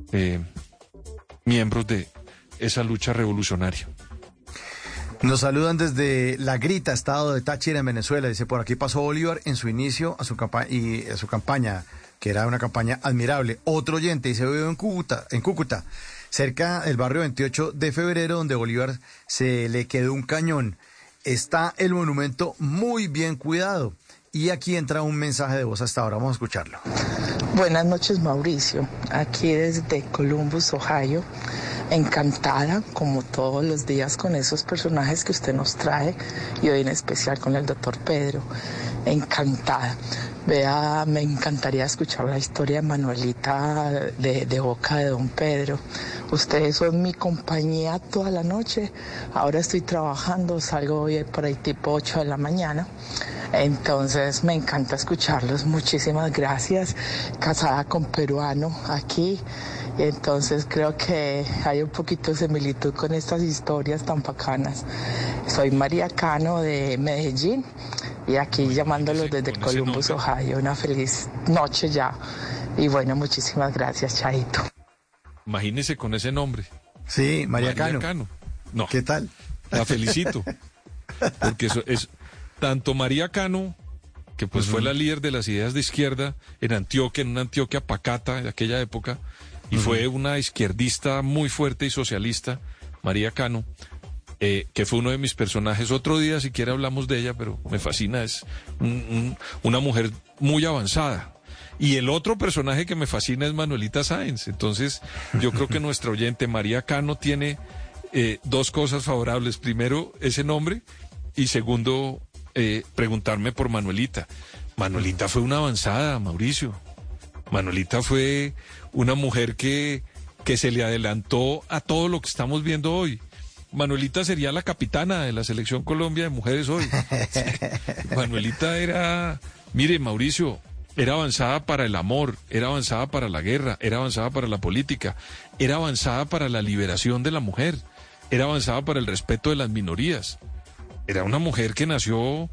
miembros de esa lucha revolucionaria.
Nos saludan desde La Grita, estado de Táchira, en Venezuela. Dice, por aquí pasó Bolívar en su inicio a su campaña, que era una campaña admirable. Otro oyente dice, vivo en Cúcuta. cerca del barrio 28 de febrero, donde Bolívar se le quedó un cañón. Está el monumento muy bien cuidado. Y aquí entra un mensaje de voz hasta ahora. Vamos a escucharlo.
Buenas noches, Mauricio. Aquí desde Columbus, Ohio. Encantada, como todos los días, con esos personajes que usted nos trae. Y hoy en especial con el doctor Pedro. Encantada. Vea, me encantaría escuchar la historia de Manuelita de boca de don Pedro. Ustedes son mi compañía toda la noche. Ahora estoy trabajando, salgo hoy por ahí tipo 8 de la mañana. Entonces me encanta escucharlos. Muchísimas gracias. Casada con peruano aquí. Entonces creo que hay un poquito de similitud con estas historias tan bacanas. Soy María Cano de Medellín y aquí llamándolos desde Columbus, Ohio. Una feliz noche ya. Y bueno, muchísimas gracias, Chaito.
Imagínese con ese nombre.
Sí, María Cano.
No.
¿Qué tal?
La felicito. Porque eso es tanto María Cano, que pues fue la líder de las ideas de izquierda en Antioquia, en una Antioquia pacata de aquella época, y fue una izquierdista muy fuerte y socialista, María Cano, que fue uno de mis personajes. Otro día si quiere hablamos de ella, pero me fascina, es una mujer muy avanzada. Y el otro personaje que me fascina es Manuelita Sáenz. Entonces yo creo que nuestra oyente María Cano tiene dos cosas favorables. Primero, ese nombre, y segundo, preguntarme por Manuelita. Manuelita fue una avanzada, Mauricio. Manuelita fue una mujer que se le adelantó a todo lo que estamos viendo hoy. Manuelita sería la capitana de la Selección Colombia de mujeres hoy. Manuelita era, mire, Mauricio, era avanzada para el amor, era avanzada para la guerra, era avanzada para la política, era avanzada para la liberación de la mujer, era avanzada para el respeto de las minorías. Era una mujer que nació,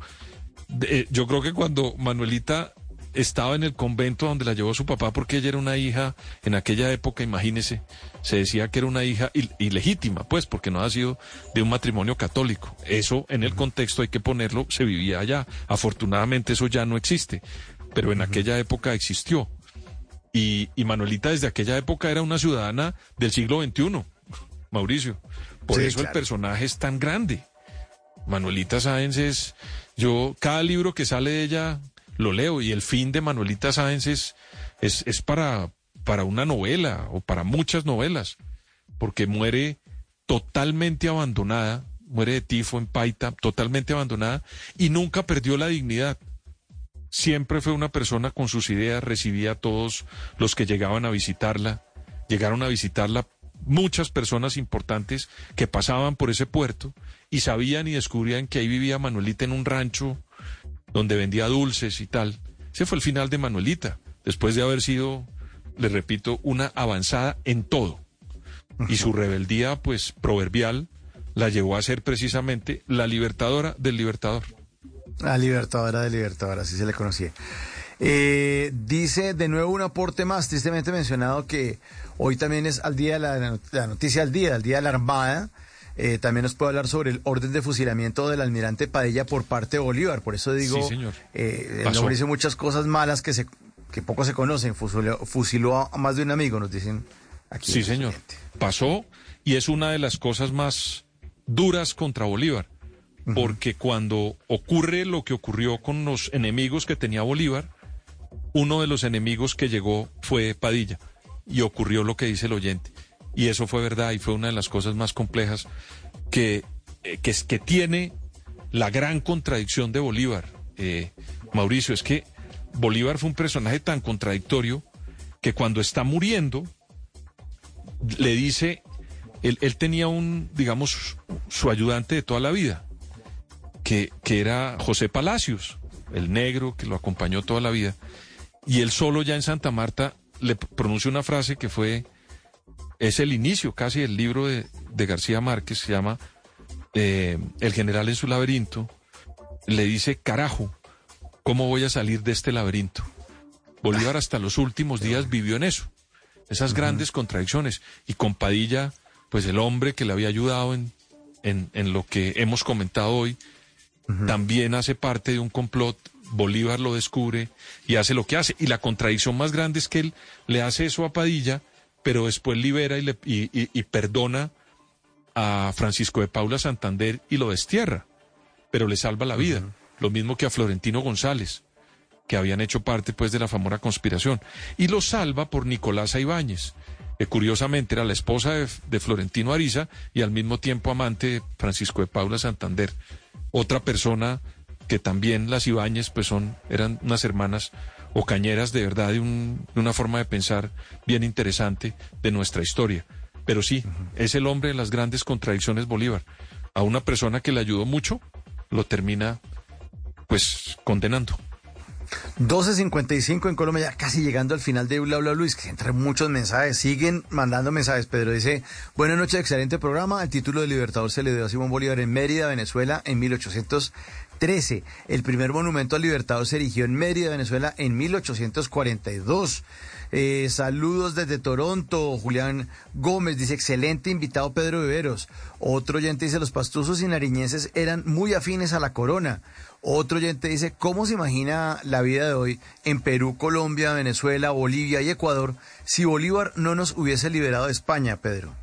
yo creo que cuando Manuelita estaba en el convento donde la llevó su papá, porque ella era una hija, en aquella época, imagínese, se decía que era una hija ilegítima, pues, porque no ha sido de un matrimonio católico. Eso, en el contexto, hay que ponerlo, se vivía allá. Afortunadamente eso ya no existe, pero en aquella época existió. Y Manuelita desde aquella época era una ciudadana del siglo XXI, Mauricio. Por eso claro. El personaje es tan grande. Manuelita Sáenz es, cada libro que sale de ella lo leo, y el fin de Manuelita Sáenz es para una novela o para muchas novelas, porque muere totalmente abandonada, muere de tifo en Paita, totalmente abandonada, y nunca perdió la dignidad. Siempre fue una persona con sus ideas, recibía a todos los que llegaban a visitarla, llegaron a visitarla muchas personas importantes que pasaban por ese puerto y sabían y descubrían que ahí vivía Manuelita en un rancho donde vendía dulces y tal. Ese fue el final de Manuelita, después de haber sido, le repito, una avanzada en todo. Y su rebeldía, pues, proverbial, la llevó a ser precisamente la libertadora del libertador.
La libertadora del libertador, así se le conocía. Dice de nuevo un aporte más, tristemente mencionado, que hoy también es al día de la noticia al día de la Armada. También nos puede hablar sobre el orden de fusilamiento del almirante Padilla por parte de Bolívar. Por eso digo,
sí, señor.
El hombre hizo muchas cosas malas que poco se conocen. Fusiló a más de un amigo, nos dicen aquí.
Sí, señor. Pasó, y es una de las cosas más duras contra Bolívar. Porque cuando ocurre lo que ocurrió con los enemigos que tenía Bolívar, uno de los enemigos que llegó fue Padilla, y ocurrió lo que dice el oyente. Y eso fue verdad, y fue una de las cosas más complejas que tiene la gran contradicción de Bolívar. Mauricio, es que Bolívar fue un personaje tan contradictorio que cuando está muriendo, le dice, él tenía su ayudante de toda la vida, que era José Palacios, el negro que lo acompañó toda la vida, y él solo ya en Santa Marta le pronuncia una frase que es el inicio casi del libro de García Márquez, se llama El general en su laberinto. Le dice, carajo, ¿cómo voy a salir de este laberinto? Bolívar hasta los últimos días vivió en eso, esas grandes contradicciones. Y con Padilla, pues el hombre que le había ayudado en lo que hemos comentado hoy, también hace parte de un complot. Bolívar lo descubre y hace lo que hace. Y la contradicción más grande es que él le hace eso a Padilla pero después libera y perdona a Francisco de Paula Santander y lo destierra, pero le salva la vida. Lo mismo que a Florentino González, que habían hecho parte pues de la famosa conspiración, y lo salva por Nicolasa Ibáñez, que curiosamente era la esposa de Florentino Ariza y al mismo tiempo amante de Francisco de Paula Santander, otra persona que también las Ibáñez pues eran unas hermanas ocañeras de verdad, de una forma de pensar bien interesante de nuestra historia. Pero sí, es el hombre de las grandes contradicciones Bolívar. A una persona que le ayudó mucho, lo termina pues condenando.
12:55 en Colombia, ya casi llegando al final de Bla Bla Blue. Es que entran muchos mensajes, siguen mandando mensajes. Pedro dice: buenas noches, excelente programa. El título de Libertador se le dio a Simón Bolívar en Mérida, Venezuela, en 1813. El primer monumento al Libertador se erigió en Mérida, Venezuela, en 1842. Saludos desde Toronto. Julián Gómez dice: excelente invitado Pedro Viveros. Otro oyente dice: los pastusos y nariñenses eran muy afines a la corona. Otro oyente dice: ¿cómo se imagina la vida de hoy en Perú, Colombia, Venezuela, Bolivia y Ecuador si Bolívar no nos hubiese liberado de España, Pedro?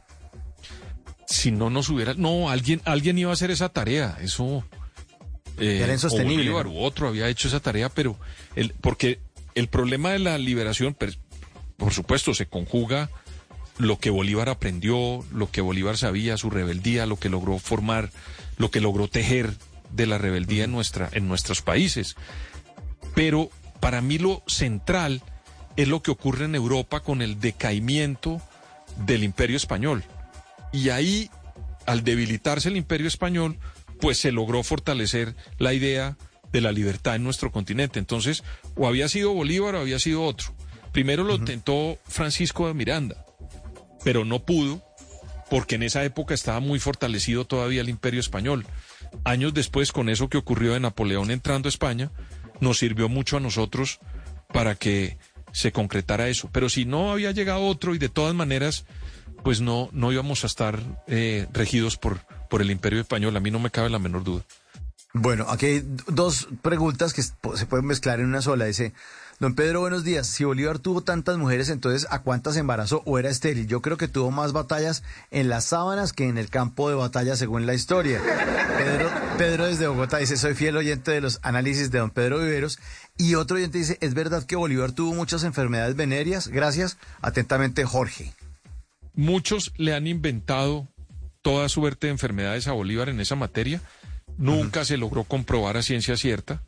Si no nos hubiera... No, alguien iba a hacer esa tarea, eso...
era insostenible.
O Bolívar u otro había hecho esa tarea, pero... porque el problema de la liberación, por supuesto, se conjuga lo que Bolívar aprendió, lo que Bolívar sabía, su rebeldía, lo que logró formar, lo que logró tejer de la rebeldía en nuestros países. Pero para mí lo central es lo que ocurre en Europa con el decaimiento del Imperio Español. Y ahí, al debilitarse el Imperio Español, pues se logró fortalecer la idea de la libertad en nuestro continente. Entonces, o había sido Bolívar o había sido otro. Primero lo intentó Francisco de Miranda, pero no pudo, porque en esa época estaba muy fortalecido todavía el Imperio Español. Años después, con eso que ocurrió de Napoleón entrando a España, nos sirvió mucho a nosotros para que se concretara eso. Pero si no había llegado otro, y de todas maneras, pues no íbamos a estar regidos por el Imperio Español. A mí no me cabe la menor duda.
Bueno, aquí hay dos preguntas que se pueden mezclar en una sola. Dice: don Pedro, buenos días. Si Bolívar tuvo tantas mujeres, entonces, ¿a cuántas embarazó o era estéril? Yo creo que tuvo más batallas en las sábanas que en el campo de batalla, según la historia. Pedro desde Bogotá dice: soy fiel oyente de los análisis de don Pedro Viveros. Y otro oyente dice: ¿es verdad que Bolívar tuvo muchas enfermedades venéreas? Gracias. Atentamente, Jorge.
Muchos le han inventado toda suerte de enfermedades a Bolívar en esa materia. Nunca se logró comprobar a ciencia cierta.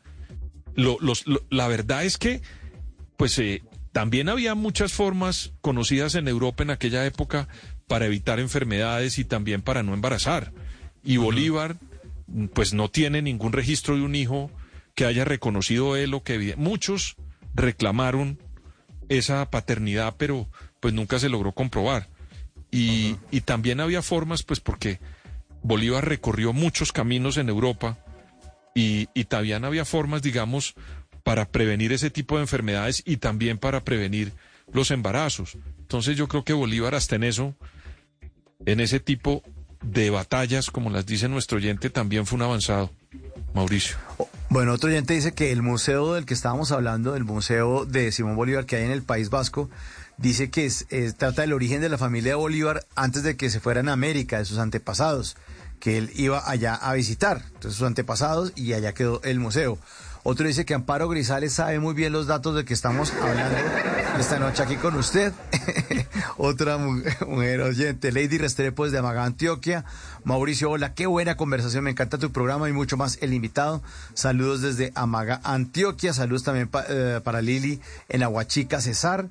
La verdad es que pues también había muchas formas conocidas en Europa en aquella época para evitar enfermedades y también para no embarazar. Y Bolívar pues no tiene ningún registro de un hijo que haya reconocido él o que... Muchos reclamaron esa paternidad, pero pues nunca se logró comprobar. Y también había formas, pues porque Bolívar recorrió muchos caminos en Europa y también había formas, digamos, para prevenir ese tipo de enfermedades y también para prevenir los embarazos. Entonces yo creo que Bolívar hasta en eso, en ese tipo de batallas, como las dice nuestro oyente, también fue un avanzado. Mauricio.
Bueno, otro oyente dice que el museo del que estábamos hablando, el museo de Simón Bolívar que hay en el País Vasco, dice que trata del origen de la familia de Bolívar antes de que se fueran a América, de sus antepasados, que él iba allá a visitar, entonces sus antepasados, y allá quedó el museo. Otro dice que Amparo Grisales sabe muy bien los datos de que estamos hablando esta noche aquí con usted. Otra mujer oyente, Lady Restrepo desde Amagá, Antioquia. Mauricio, hola, qué buena conversación, me encanta tu programa y mucho más el invitado. Saludos desde Amagá, Antioquia. Saludos también para Lili en Aguachica, Cesar.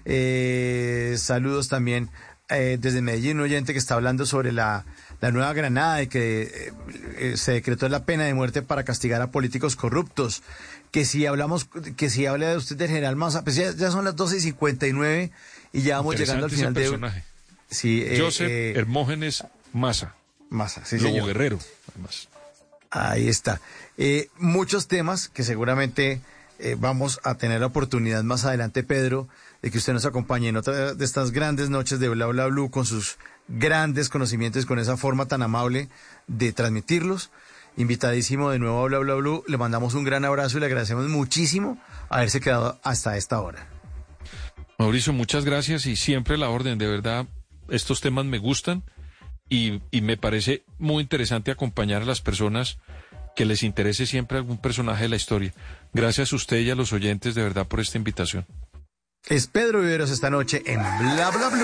Saludos también desde Medellín, un oyente que está hablando sobre la Nueva Granada y que se decretó la pena de muerte para castigar a políticos corruptos. Que si habla de usted del general Maza, pues ya son las 12:59 y ya vamos llegando al final
personaje.
Sí,
Joseph Hermógenes Maza.
Maza, sí,
Lobo
señor.
Guerrero, además.
Ahí está. Muchos temas que seguramente vamos a tener la oportunidad más adelante, Pedro, de que usted nos acompañe en otra de estas grandes noches de Bla Bla Blue con sus grandes conocimientos, con esa forma tan amable de transmitirlos. Invitadísimo de nuevo a Bla Bla Blue. Le mandamos un gran abrazo y le agradecemos muchísimo haberse quedado hasta esta hora.
Mauricio, muchas gracias y siempre a la orden. De verdad, estos temas me gustan y me parece muy interesante acompañar a las personas que les interese siempre algún personaje de la historia. Gracias a usted y a los oyentes de verdad por esta invitación.
Es Pedro Viveros esta noche en Bla Bla Blue.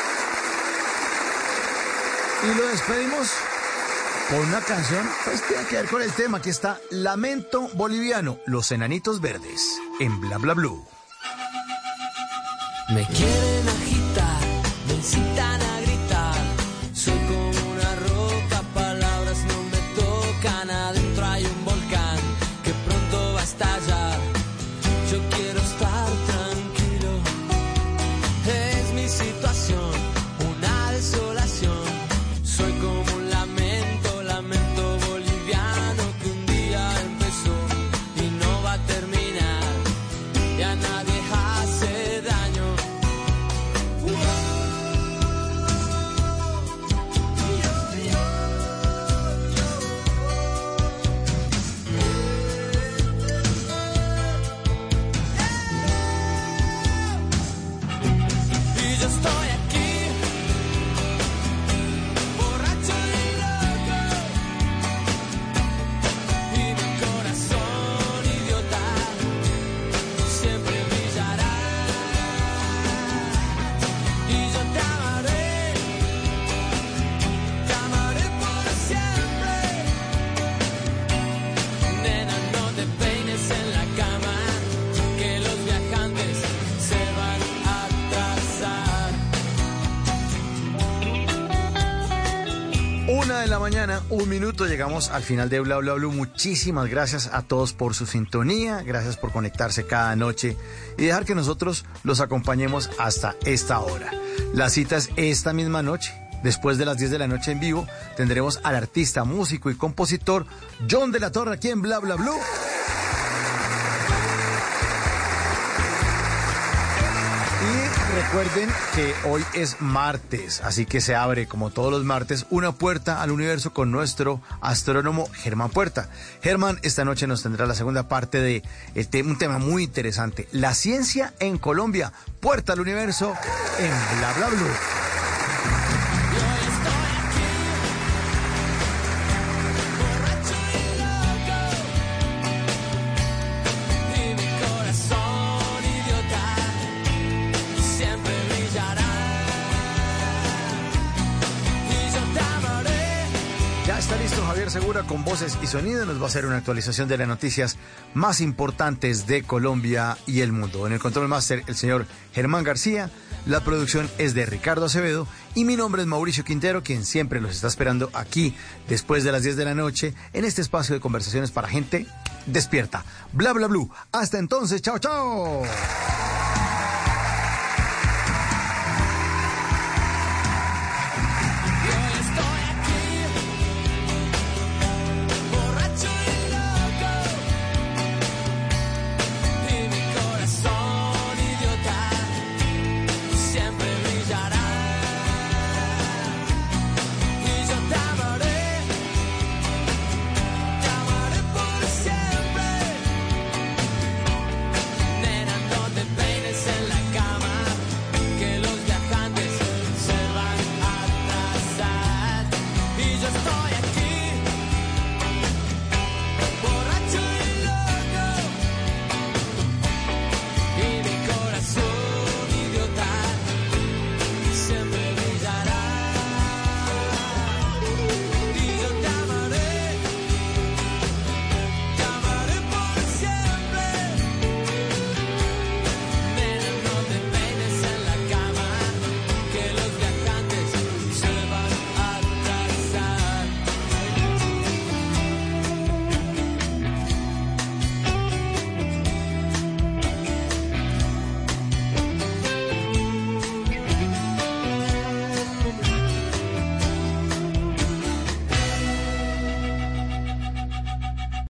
Y lo despedimos con una canción, pues tiene que ver con el tema. Aquí está Lamento Boliviano, Los Enanitos Verdes, en Bla Bla Blue.
Me quieren agitar, me incitan a gritar. Soy como una roca, palabras no me tocan. Adentro hay un volcán que pronto va a estallar. Yo quiero estar tranquilo. Es mi situación, una desolación. Soy como un lamento, lamento boliviano que un día empezó y no va a terminar. Y a nadie hace daño. Y yo estoy aquí, borracho y loco, y mi corazón idiota siempre brillará. Y yo te amaré por siempre. Nena, no te peines en la cama, que los viajantes se van a atrasar.
1:00 a.m, 1 minuto, llegamos al final de Bla Bla Blue. Muchísimas gracias a todos por su sintonía, gracias por conectarse cada noche y dejar que nosotros los acompañemos hasta esta hora. La cita es esta misma noche. Después de las 10 de la noche en vivo, tendremos al artista, músico y compositor John de la Torre aquí en Bla Bla Blue. Y recuerden que hoy es martes, así que se abre, como todos los martes, una puerta al universo con nuestro astrónomo Germán Puerta. Germán esta noche nos tendrá la segunda parte de un tema muy interesante, la ciencia en Colombia. Puerta al universo en Bla Bla Blue.
Y mi corazón idiota siempre brillará. Y yo te amaré.
Ya está listo Javier Segura con voces y sonido. Nos va a hacer una actualización de las noticias más importantes de Colombia y el mundo. En el control máster, el señor Germán García. La producción es de Ricardo Acevedo y mi nombre es Mauricio Quintero, quien siempre los está esperando aquí después de las 10 de la noche en este espacio de conversaciones para gente despierta. Bla Bla Blue. Hasta entonces, chao, chao.